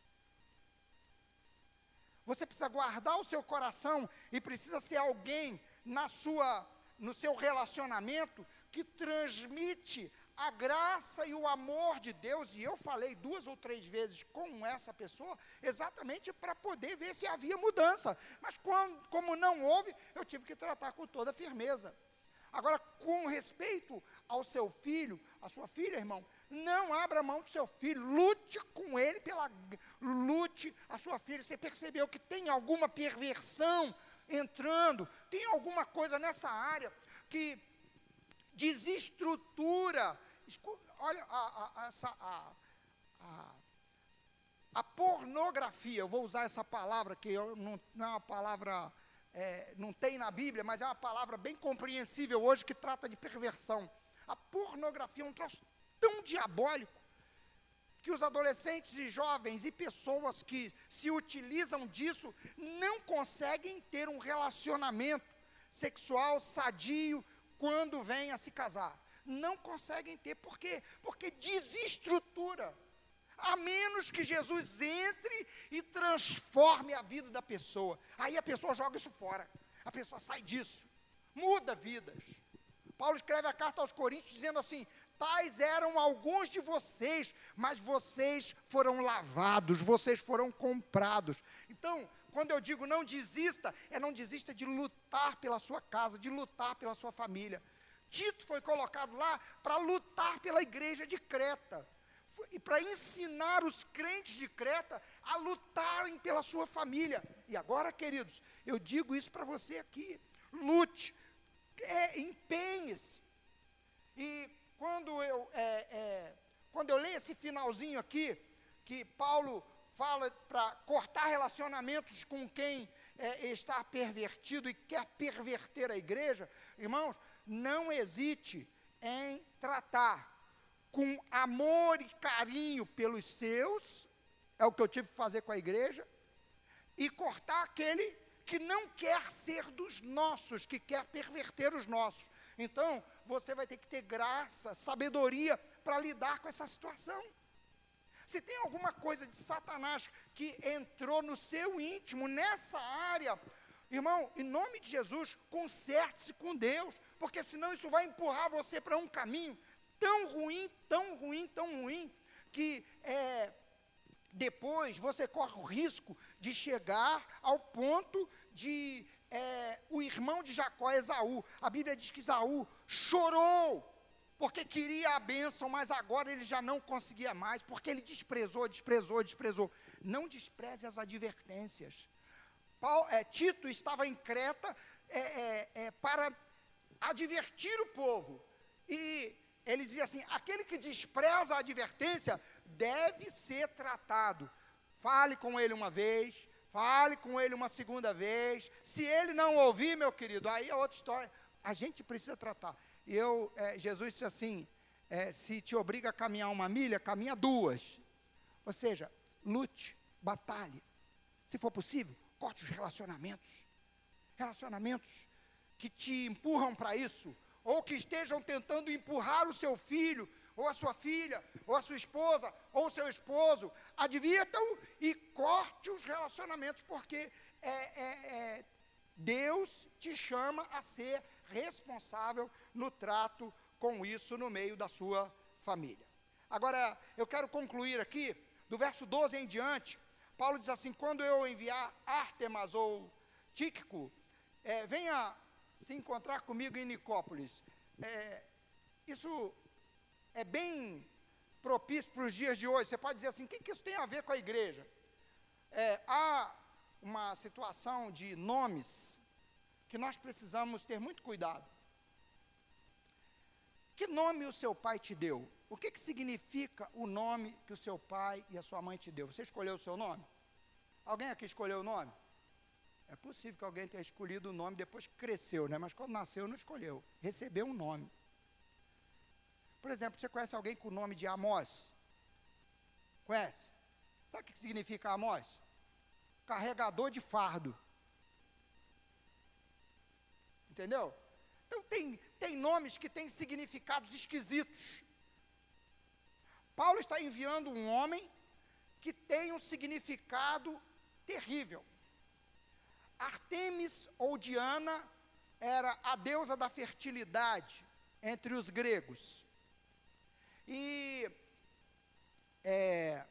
Speaker 1: Você precisa guardar o seu coração e precisa ser alguém na sua, no seu relacionamento que transmite a graça e o amor de Deus, e eu falei duas ou três vezes com essa pessoa, exatamente para poder ver se havia mudança. Mas quando, como não houve, eu tive que tratar com toda firmeza. Agora, com respeito ao seu filho, a sua filha, irmão, não abra mão do seu filho, lute com ele, pela, lute a sua filha. Você percebeu que tem alguma perversão entrando, tem alguma coisa nessa área que desestrutura. Olha, a, a, essa, a, a, a pornografia, eu vou usar essa palavra, que eu, não, não é uma palavra, é, não tem na Bíblia, mas é uma palavra bem compreensível hoje, que trata de perversão. A pornografia é um troço tão diabólico, que os adolescentes e jovens e pessoas que se utilizam disso, não conseguem ter um relacionamento sexual sadio, quando vêm a se casar. Não conseguem ter, por quê? Porque desestrutura, a menos que Jesus entre e transforme a vida da pessoa. Aí a pessoa joga isso fora, a pessoa sai disso, muda vidas. Paulo escreve a carta aos Coríntios dizendo assim: tais eram alguns de vocês, mas vocês foram lavados, vocês foram comprados. Então, quando eu digo não desista, é não desista de lutar pela sua casa, de lutar pela sua família. Tito foi colocado lá para lutar pela igreja de Creta, e para ensinar os crentes de Creta a lutarem pela sua família. E agora, queridos, eu digo isso para você aqui: lute, é, empenhe-se. E quando eu, é, é, quando eu leio esse finalzinho aqui, que Paulo fala para cortar relacionamentos com quem é, está pervertido e quer perverter a igreja, irmãos, não hesite em tratar com amor e carinho pelos seus, é o que eu tive que fazer com a igreja, e cortar aquele que não quer ser dos nossos, que quer perverter os nossos. Então, você vai ter que ter graça, sabedoria para lidar com essa situação. Se tem alguma coisa de Satanás que entrou no seu íntimo, nessa área, irmão, em nome de Jesus, conserte-se com Deus, porque senão isso vai empurrar você para um caminho tão ruim, tão ruim, tão ruim, que é, depois você corre o risco de chegar ao ponto de é, o irmão de Jacó, Esaú. A Bíblia diz que Esaú chorou, porque queria a bênção, mas agora ele já não conseguia mais, porque ele desprezou, desprezou, desprezou. Não despreze as advertências. Paulo, é, Tito estava em Creta é, é, é, para advertir o povo, e ele dizia assim: aquele que despreza a advertência deve ser tratado. Fale com ele uma vez, fale com ele uma segunda vez. Se ele não ouvir, meu querido, aí é outra história. A gente precisa tratar. E eu, é, Jesus disse assim: é, se te obriga a caminhar uma milha, caminha duas. Ou seja, lute, batalhe. Se for possível, corte os relacionamentos. Relacionamentos que te empurram para isso, ou que estejam tentando empurrar o seu filho, ou a sua filha, ou a sua esposa, ou o seu esposo. Advirta-o e corte os relacionamentos, porque é, é, é, Deus te chama a ser responsável no trato com isso no meio da sua família. Agora, eu quero concluir aqui, do verso doze em diante. Paulo diz assim: quando eu enviar Ártemas ou Tíquico, é, venha se encontrar comigo em Nicópolis. É, isso é bem propício para os dias de hoje. Você pode dizer assim: o que, que isso tem a ver com a igreja? É, há uma situação de nomes que nós precisamos ter muito cuidado. Que nome o seu pai te deu? O que, que significa o nome que o seu pai e a sua mãe te deu? Você escolheu o seu nome? Alguém aqui escolheu o nome? É possível que alguém tenha escolhido o nome depois que cresceu, né? Mas quando nasceu não escolheu, recebeu um nome. Por exemplo, você conhece alguém com o nome de Amós? Conhece? Sabe o que significa Amós? Carregador de fardo. Entendeu? Então tem, tem nomes que têm significados esquisitos. Paulo está enviando um homem que tem um significado terrível. Artemis ou Diana era a deusa da fertilidade entre os gregos. E é,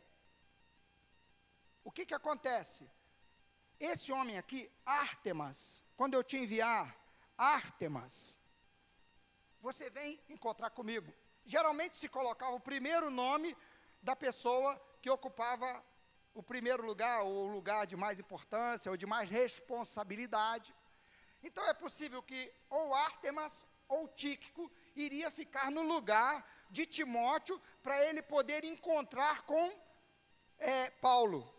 Speaker 1: o que que acontece? Esse homem aqui, Ártemas, quando eu te enviar, Ártemas, você vem encontrar comigo. Geralmente se colocava o primeiro nome da pessoa que ocupava o primeiro lugar, ou o lugar de mais importância, ou de mais responsabilidade. Então é possível que ou Ártemas ou Tíquico iria ficar no lugar de Timóteo, para ele poder encontrar com é, Paulo.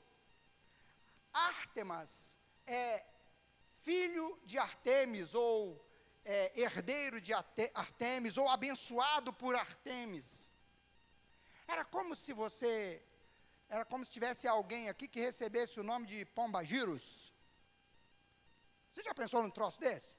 Speaker 1: Ártemas é filho de Artemis, ou é, herdeiro de Artemis, ou abençoado por Artemis. Era como se você, era como se tivesse alguém aqui que recebesse o nome de Pombagiros. Você já pensou num troço desse?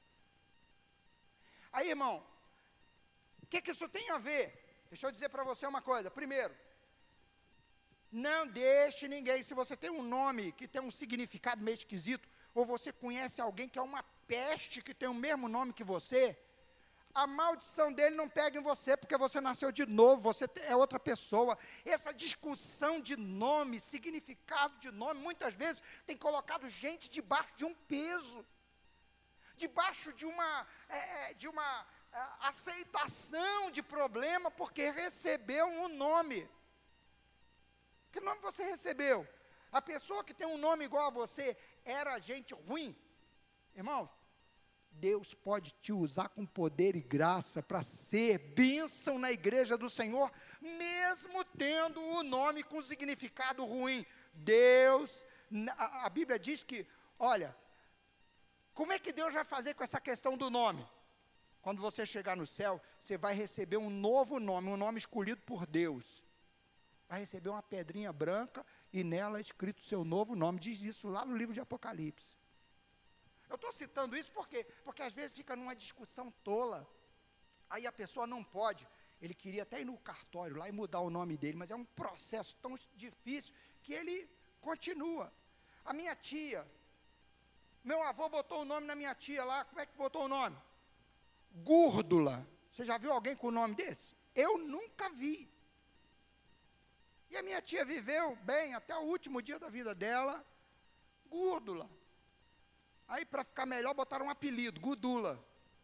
Speaker 1: Aí, irmão, o que que isso tem a ver? Deixa eu dizer para você uma coisa. Primeiro, não deixe ninguém, se você tem um nome que tem um significado meio esquisito, ou você conhece alguém que é uma peste, que tem o mesmo nome que você, a maldição dele não pega em você, porque você nasceu de novo, você é outra pessoa. Essa discussão de nome, significado de nome, muitas vezes tem colocado gente debaixo de um peso, debaixo de uma, é, de uma é, aceitação de problema, porque recebeu um nome. Que nome você recebeu? A pessoa que tem um nome igual a você era gente ruim? Irmãos, Deus pode te usar com poder e graça para ser bênção na igreja do Senhor, mesmo tendo o nome com significado ruim. Deus, a, a Bíblia diz que, olha, como é que Deus vai fazer com essa questão do nome? Quando você chegar no céu, você vai receber um novo nome, um nome escolhido por Deus. Vai receber uma pedrinha branca e nela é escrito o seu novo nome. Diz isso lá no livro de Apocalipse. Eu estou citando isso porque, porque às vezes fica numa discussão tola. Aí a pessoa não pode. Ele queria até ir no cartório lá e mudar o nome dele, mas é um processo tão difícil que ele continua. A minha tia, meu avô botou o nome na minha tia lá. Como é que botou o nome? Gúrdula. Você já viu alguém com o nome desse? Eu nunca vi. E a minha tia viveu bem até o último dia da vida dela, Gúrdula. Aí, para ficar melhor, botaram um apelido, Gudula.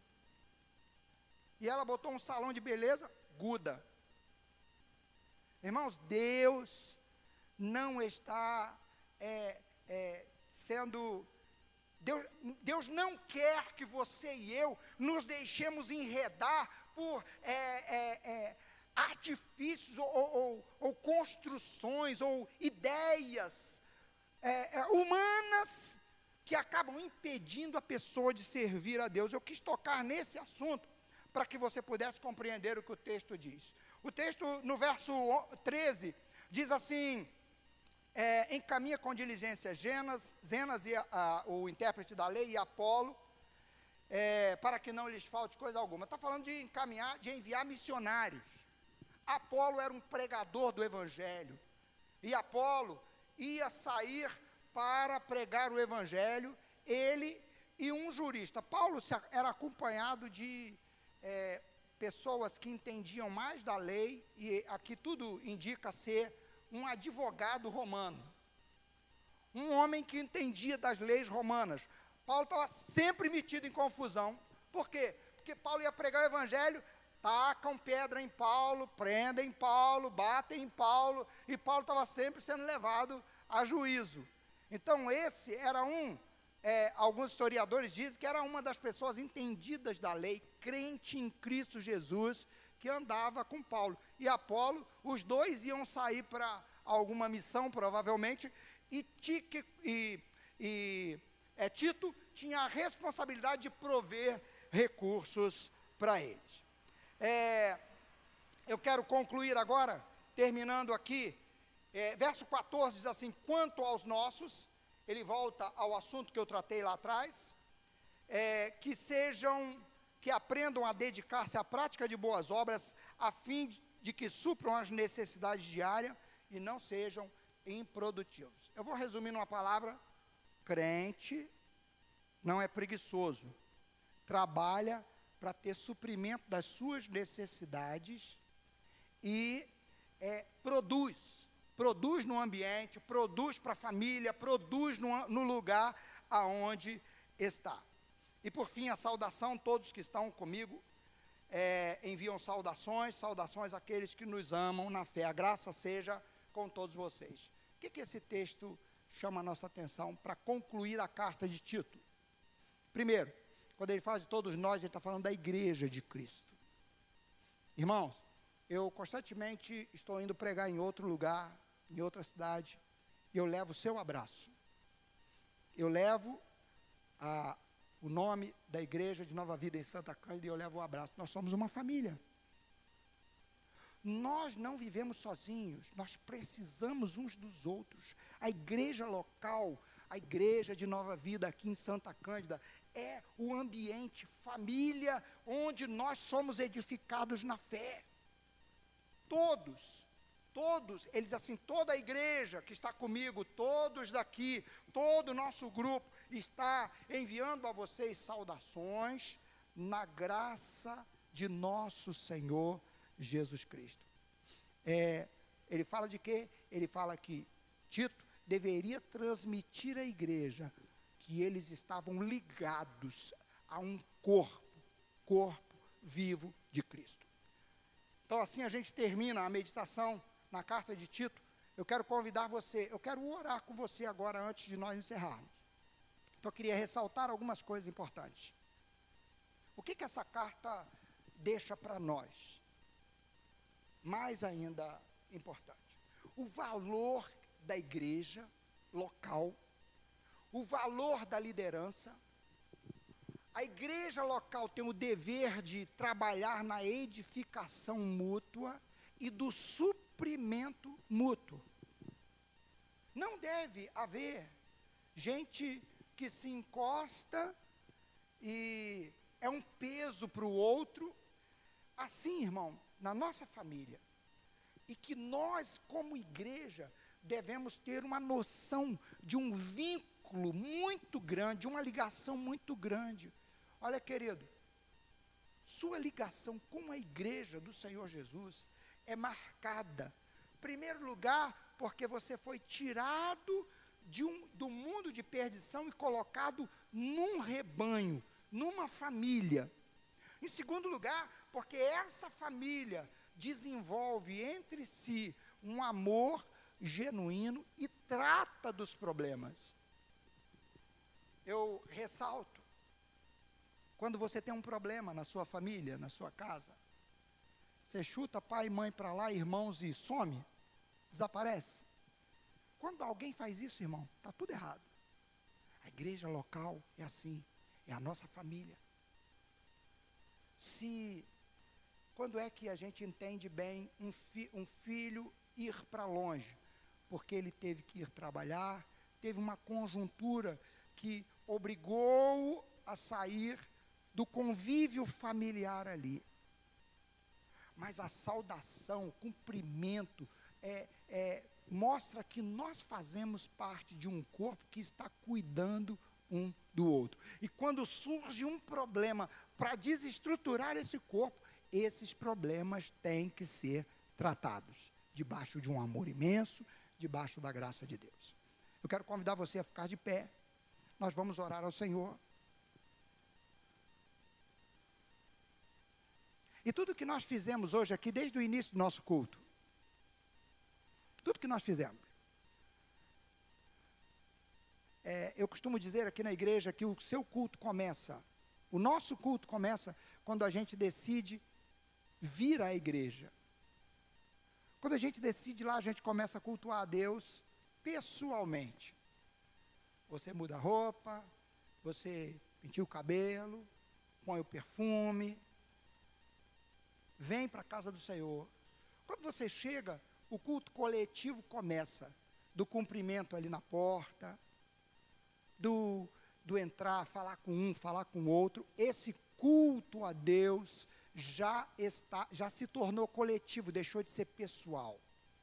Speaker 1: E ela botou um salão de beleza, Guda. Irmãos, Deus não está é, é, sendo... Deus, Deus não quer que você e eu nos deixemos enredar por... É, é, é, artifícios ou, ou, ou construções ou ideias é, é, humanas que acabam impedindo a pessoa de servir a Deus. Eu quis tocar nesse assunto para que você pudesse compreender o que o texto diz. O texto no verso treze diz assim, é, encaminha com diligência Zenas, Zenas e a, a, o intérprete da lei e Apolo, é, para que não lhes falte coisa alguma. Está falando de encaminhar, de enviar missionários. Apolo era um pregador do evangelho, e Apolo ia sair para pregar o evangelho, ele e um jurista. Paulo era acompanhado de é, pessoas que entendiam mais da lei, e aqui tudo indica ser um advogado romano, um homem que entendia das leis romanas. Paulo estava sempre metido em confusão. Por quê? Porque Paulo ia pregar o evangelho, tacam pedra em Paulo, prendem Paulo, batem em Paulo, e Paulo estava sempre sendo levado a juízo. Então esse era um, é, alguns historiadores dizem que era uma das pessoas entendidas da lei, crente em Cristo Jesus, que andava com Paulo. E Apolo, os dois iam sair para alguma missão, provavelmente, e, Tique, e, e é, Tito tinha a responsabilidade de prover recursos para eles. É, eu quero concluir agora, terminando aqui, é, verso quatorze diz assim, quanto aos nossos, ele volta ao assunto que eu tratei lá atrás, é, que sejam, que aprendam a dedicar-se à prática de boas obras, a fim de, de que supram as necessidades diárias e não sejam improdutivos. Eu vou resumir numa palavra, crente não é preguiçoso, trabalha para ter suprimento das suas necessidades e é, produz, produz no ambiente, produz para a família, produz no, no lugar aonde está. E por fim, a saudação, todos que estão comigo, é, enviam saudações, saudações àqueles que nos amam na fé, a graça seja com todos vocês. O que, que esse texto chama a nossa atenção para concluir a carta de Tito? Primeiro, quando ele fala de todos nós, ele está falando da igreja de Cristo. Irmãos, eu constantemente estou indo pregar em outro lugar, em outra cidade, e eu levo o seu abraço. Eu levo a, o nome da igreja de Nova Vida em Santa Cândida e eu levo o abraço. Nós somos uma família. Nós não vivemos sozinhos, nós precisamos uns dos outros. A igreja local, a igreja de Nova Vida aqui em Santa Cândida, é o ambiente, família, onde nós somos edificados na fé. Todos, todos, eles assim, toda a igreja que está comigo, todos daqui, todo o nosso grupo, está enviando a vocês saudações na graça de nosso Senhor Jesus Cristo. É, ele fala de quê? Ele fala que Tito deveria transmitir à igreja que eles estavam ligados a um corpo, corpo vivo de Cristo. Então assim a gente termina a meditação na carta de Tito. Eu quero convidar você, eu quero orar com você agora antes de nós encerrarmos. Então eu queria ressaltar algumas coisas importantes. O que que essa carta deixa para nós? Mais ainda importante, o valor da igreja local, o valor da liderança. A igreja local tem o dever de trabalhar na edificação mútua e do suprimento mútuo. Não deve haver gente que se encosta e é um peso para o outro. Assim, irmão, na nossa família, e que nós, como igreja, devemos ter uma noção de um vínculo muito grande, uma ligação muito grande. Olha, querido, sua ligação com a igreja do Senhor Jesus é marcada, em primeiro lugar, porque você foi tirado de um, do mundo de perdição e colocado num rebanho, numa família. Em segundo lugar, porque essa família desenvolve entre si um amor genuíno e trata dos problemas. Eu ressalto, quando você tem um problema na sua família, na sua casa, você chuta pai e mãe para lá, irmãos, e some, desaparece. Quando alguém faz isso, irmão, está tudo errado. A igreja local é assim, é a nossa família. Se, quando é que a gente entende bem um, fi, um filho ir para longe? Porque ele teve que ir trabalhar, teve uma conjuntura que obrigou a sair do convívio familiar ali. Mas a saudação, o cumprimento, é, é, mostra que nós fazemos parte de um corpo que está cuidando um do outro. E quando surge um problema para desestruturar esse corpo, esses problemas têm que ser tratados debaixo de um amor imenso, debaixo da graça de Deus. Eu quero convidar você a ficar de pé. Nós vamos orar ao Senhor. E tudo que nós fizemos hoje aqui, desde o início do nosso culto, tudo que nós fizemos, é, eu costumo dizer aqui na igreja que o seu culto começa, o nosso culto começa quando a gente decide vir à igreja. Quando a gente decide lá, a gente começa a cultuar a Deus pessoalmente. Você muda a roupa, você penteia o cabelo, põe o perfume, vem para a casa do Senhor. Quando você chega, o culto coletivo começa, do cumprimento ali na porta, do, do entrar, falar com um, falar com o outro. Esse culto a Deus já está, já se tornou coletivo, deixou de ser pessoal.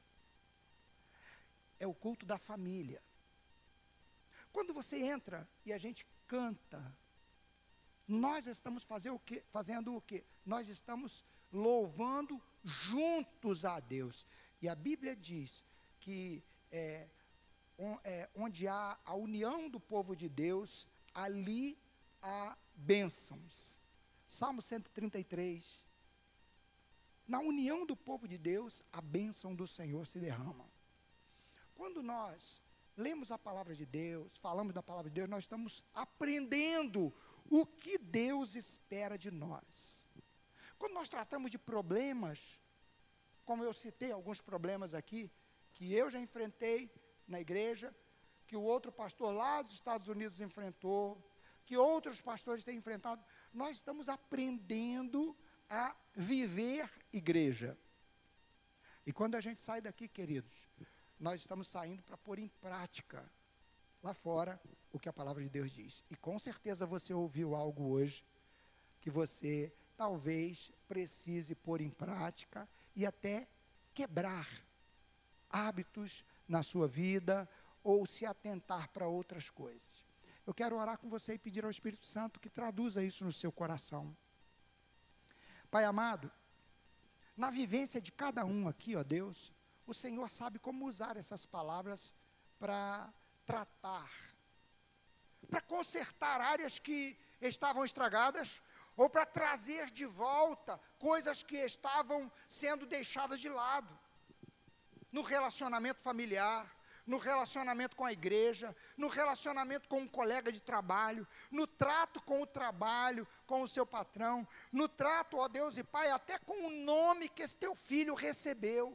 Speaker 1: É o culto da família. Quando você entra e a gente canta, nós estamos fazer o quê? fazendo o quê? Nós estamos louvando juntos a Deus. E a Bíblia diz que é, on, é, onde há a união do povo de Deus, ali há bênçãos. Salmo cento e trinta e três. Na união do povo de Deus, a bênção do Senhor se derrama. Quando nós lemos a palavra de Deus, falamos da palavra de Deus, nós estamos aprendendo o que Deus espera de nós. Quando nós tratamos de problemas, como eu citei alguns problemas aqui, que eu já enfrentei na igreja, que o outro pastor lá dos Estados Unidos enfrentou, que outros pastores têm enfrentado, nós estamos aprendendo a viver igreja. E quando a gente sai daqui, queridos, nós estamos saindo para pôr em prática, lá fora, o que a palavra de Deus diz. E com certeza você ouviu algo hoje, que você talvez precise pôr em prática, e até quebrar hábitos na sua vida, ou se atentar para outras coisas. Eu quero orar com você e pedir ao Espírito Santo que traduza isso no seu coração. Pai amado, na vivência de cada um aqui, ó Deus, o Senhor sabe como usar essas palavras para tratar, para consertar áreas que estavam estragadas, ou para trazer de volta coisas que estavam sendo deixadas de lado, no relacionamento familiar, no relacionamento com a igreja, no relacionamento com um colega de trabalho, no trato com o trabalho, com o seu patrão, no trato, ó Deus e Pai, até com o nome que esse teu filho recebeu.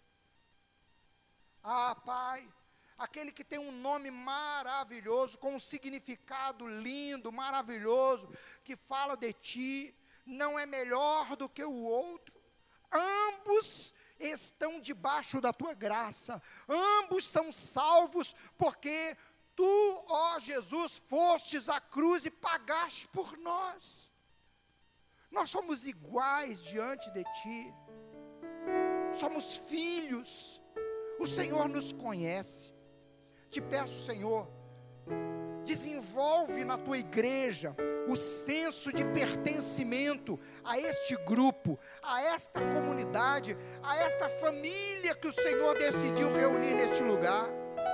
Speaker 1: Ah, Pai, aquele que tem um nome maravilhoso, com um significado lindo, maravilhoso, que fala de ti, não é melhor do que o outro. Ambos estão debaixo da tua graça, ambos são salvos, porque tu, ó Jesus, fostes à cruz e pagaste por nós. Nós somos iguais diante de ti, somos filhos, o Senhor nos conhece. Te peço, Senhor, desenvolve na tua igreja o senso de pertencimento a este grupo, a esta comunidade, a esta família que o Senhor decidiu reunir neste lugar.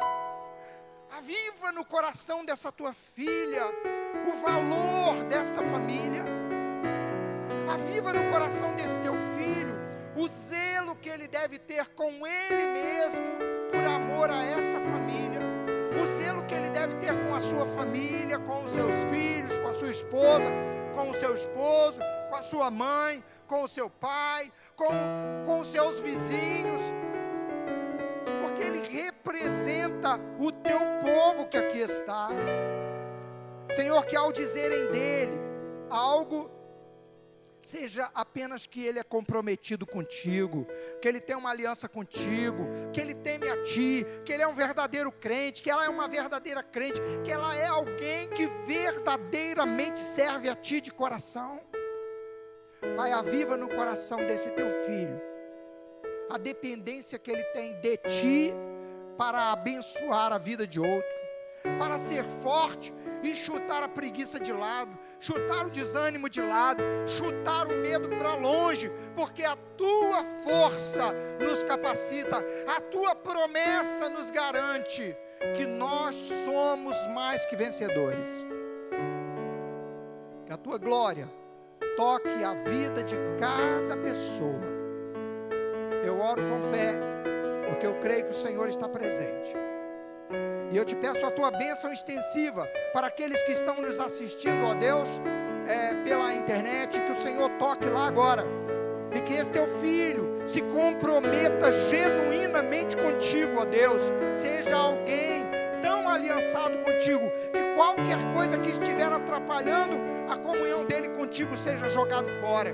Speaker 1: Aviva no coração dessa tua filha o valor desta família. Aviva no coração desse teu filho o zelo que ele deve ter com ele mesmo por amor a esta família. O zelo que ele deve ter com a sua família, com os seus filhos, com a sua esposa, com o seu esposo, com a sua mãe, com o seu pai, com, com os seus vizinhos, porque ele representa o teu povo que aqui está. Senhor, que ao dizerem dele algo, seja apenas que ele é comprometido contigo, que ele tem uma aliança contigo, que ele teme a ti, que ele é um verdadeiro crente, que ela é uma verdadeira crente, que ela é alguém que verdadeiramente serve a ti de coração. Pai, aviva no coração desse teu filho a dependência que ele tem de ti para abençoar a vida de outro, para ser forte e chutar a preguiça de lado, chutar o desânimo de lado, chutar o medo para longe, porque a tua força nos capacita, a tua promessa nos garante que nós somos mais que vencedores. Que a tua glória toque a vida de cada pessoa. Eu oro com fé, porque eu creio que o Senhor está presente. E eu te peço a tua bênção extensiva para aqueles que estão nos assistindo, ó Deus, é, pela internet, que o Senhor toque lá agora, e que esse teu filho se comprometa genuinamente contigo, ó Deus, seja alguém tão aliançado contigo, que qualquer coisa que estiver atrapalhando a comunhão dele contigo seja jogado fora.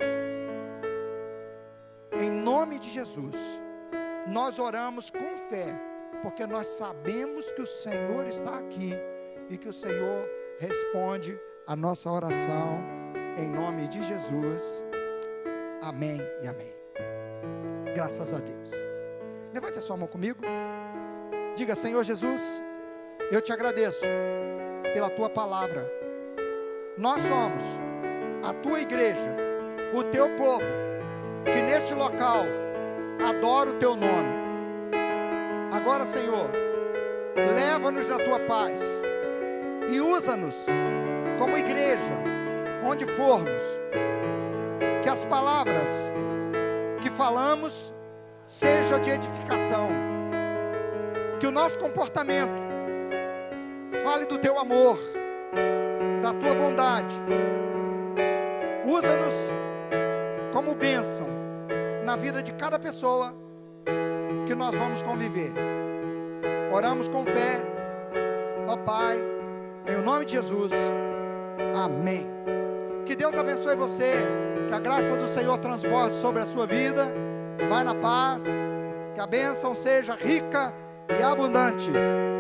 Speaker 1: Em nome de Jesus, nós oramos com fé, porque nós sabemos que o Senhor está aqui e que o Senhor responde a nossa oração, em nome de Jesus. Amém e amém. Graças a Deus. Levante a sua mão comigo. Diga: Senhor Jesus, eu te agradeço pela tua palavra. Nós somos a tua igreja, o teu povo, que neste local adora o teu nome. Agora, Senhor, leva-nos na tua paz e usa-nos como igreja, onde formos, que as palavras que falamos sejam de edificação, que o nosso comportamento fale do teu amor, da tua bondade. Usa-nos como bênção na vida de cada pessoa que nós vamos conviver. Oramos com fé, ó Pai, em nome de Jesus, amém. Que Deus abençoe você, que a graça do Senhor transborde sobre a sua vida. Vai na paz, que a bênção seja rica e abundante.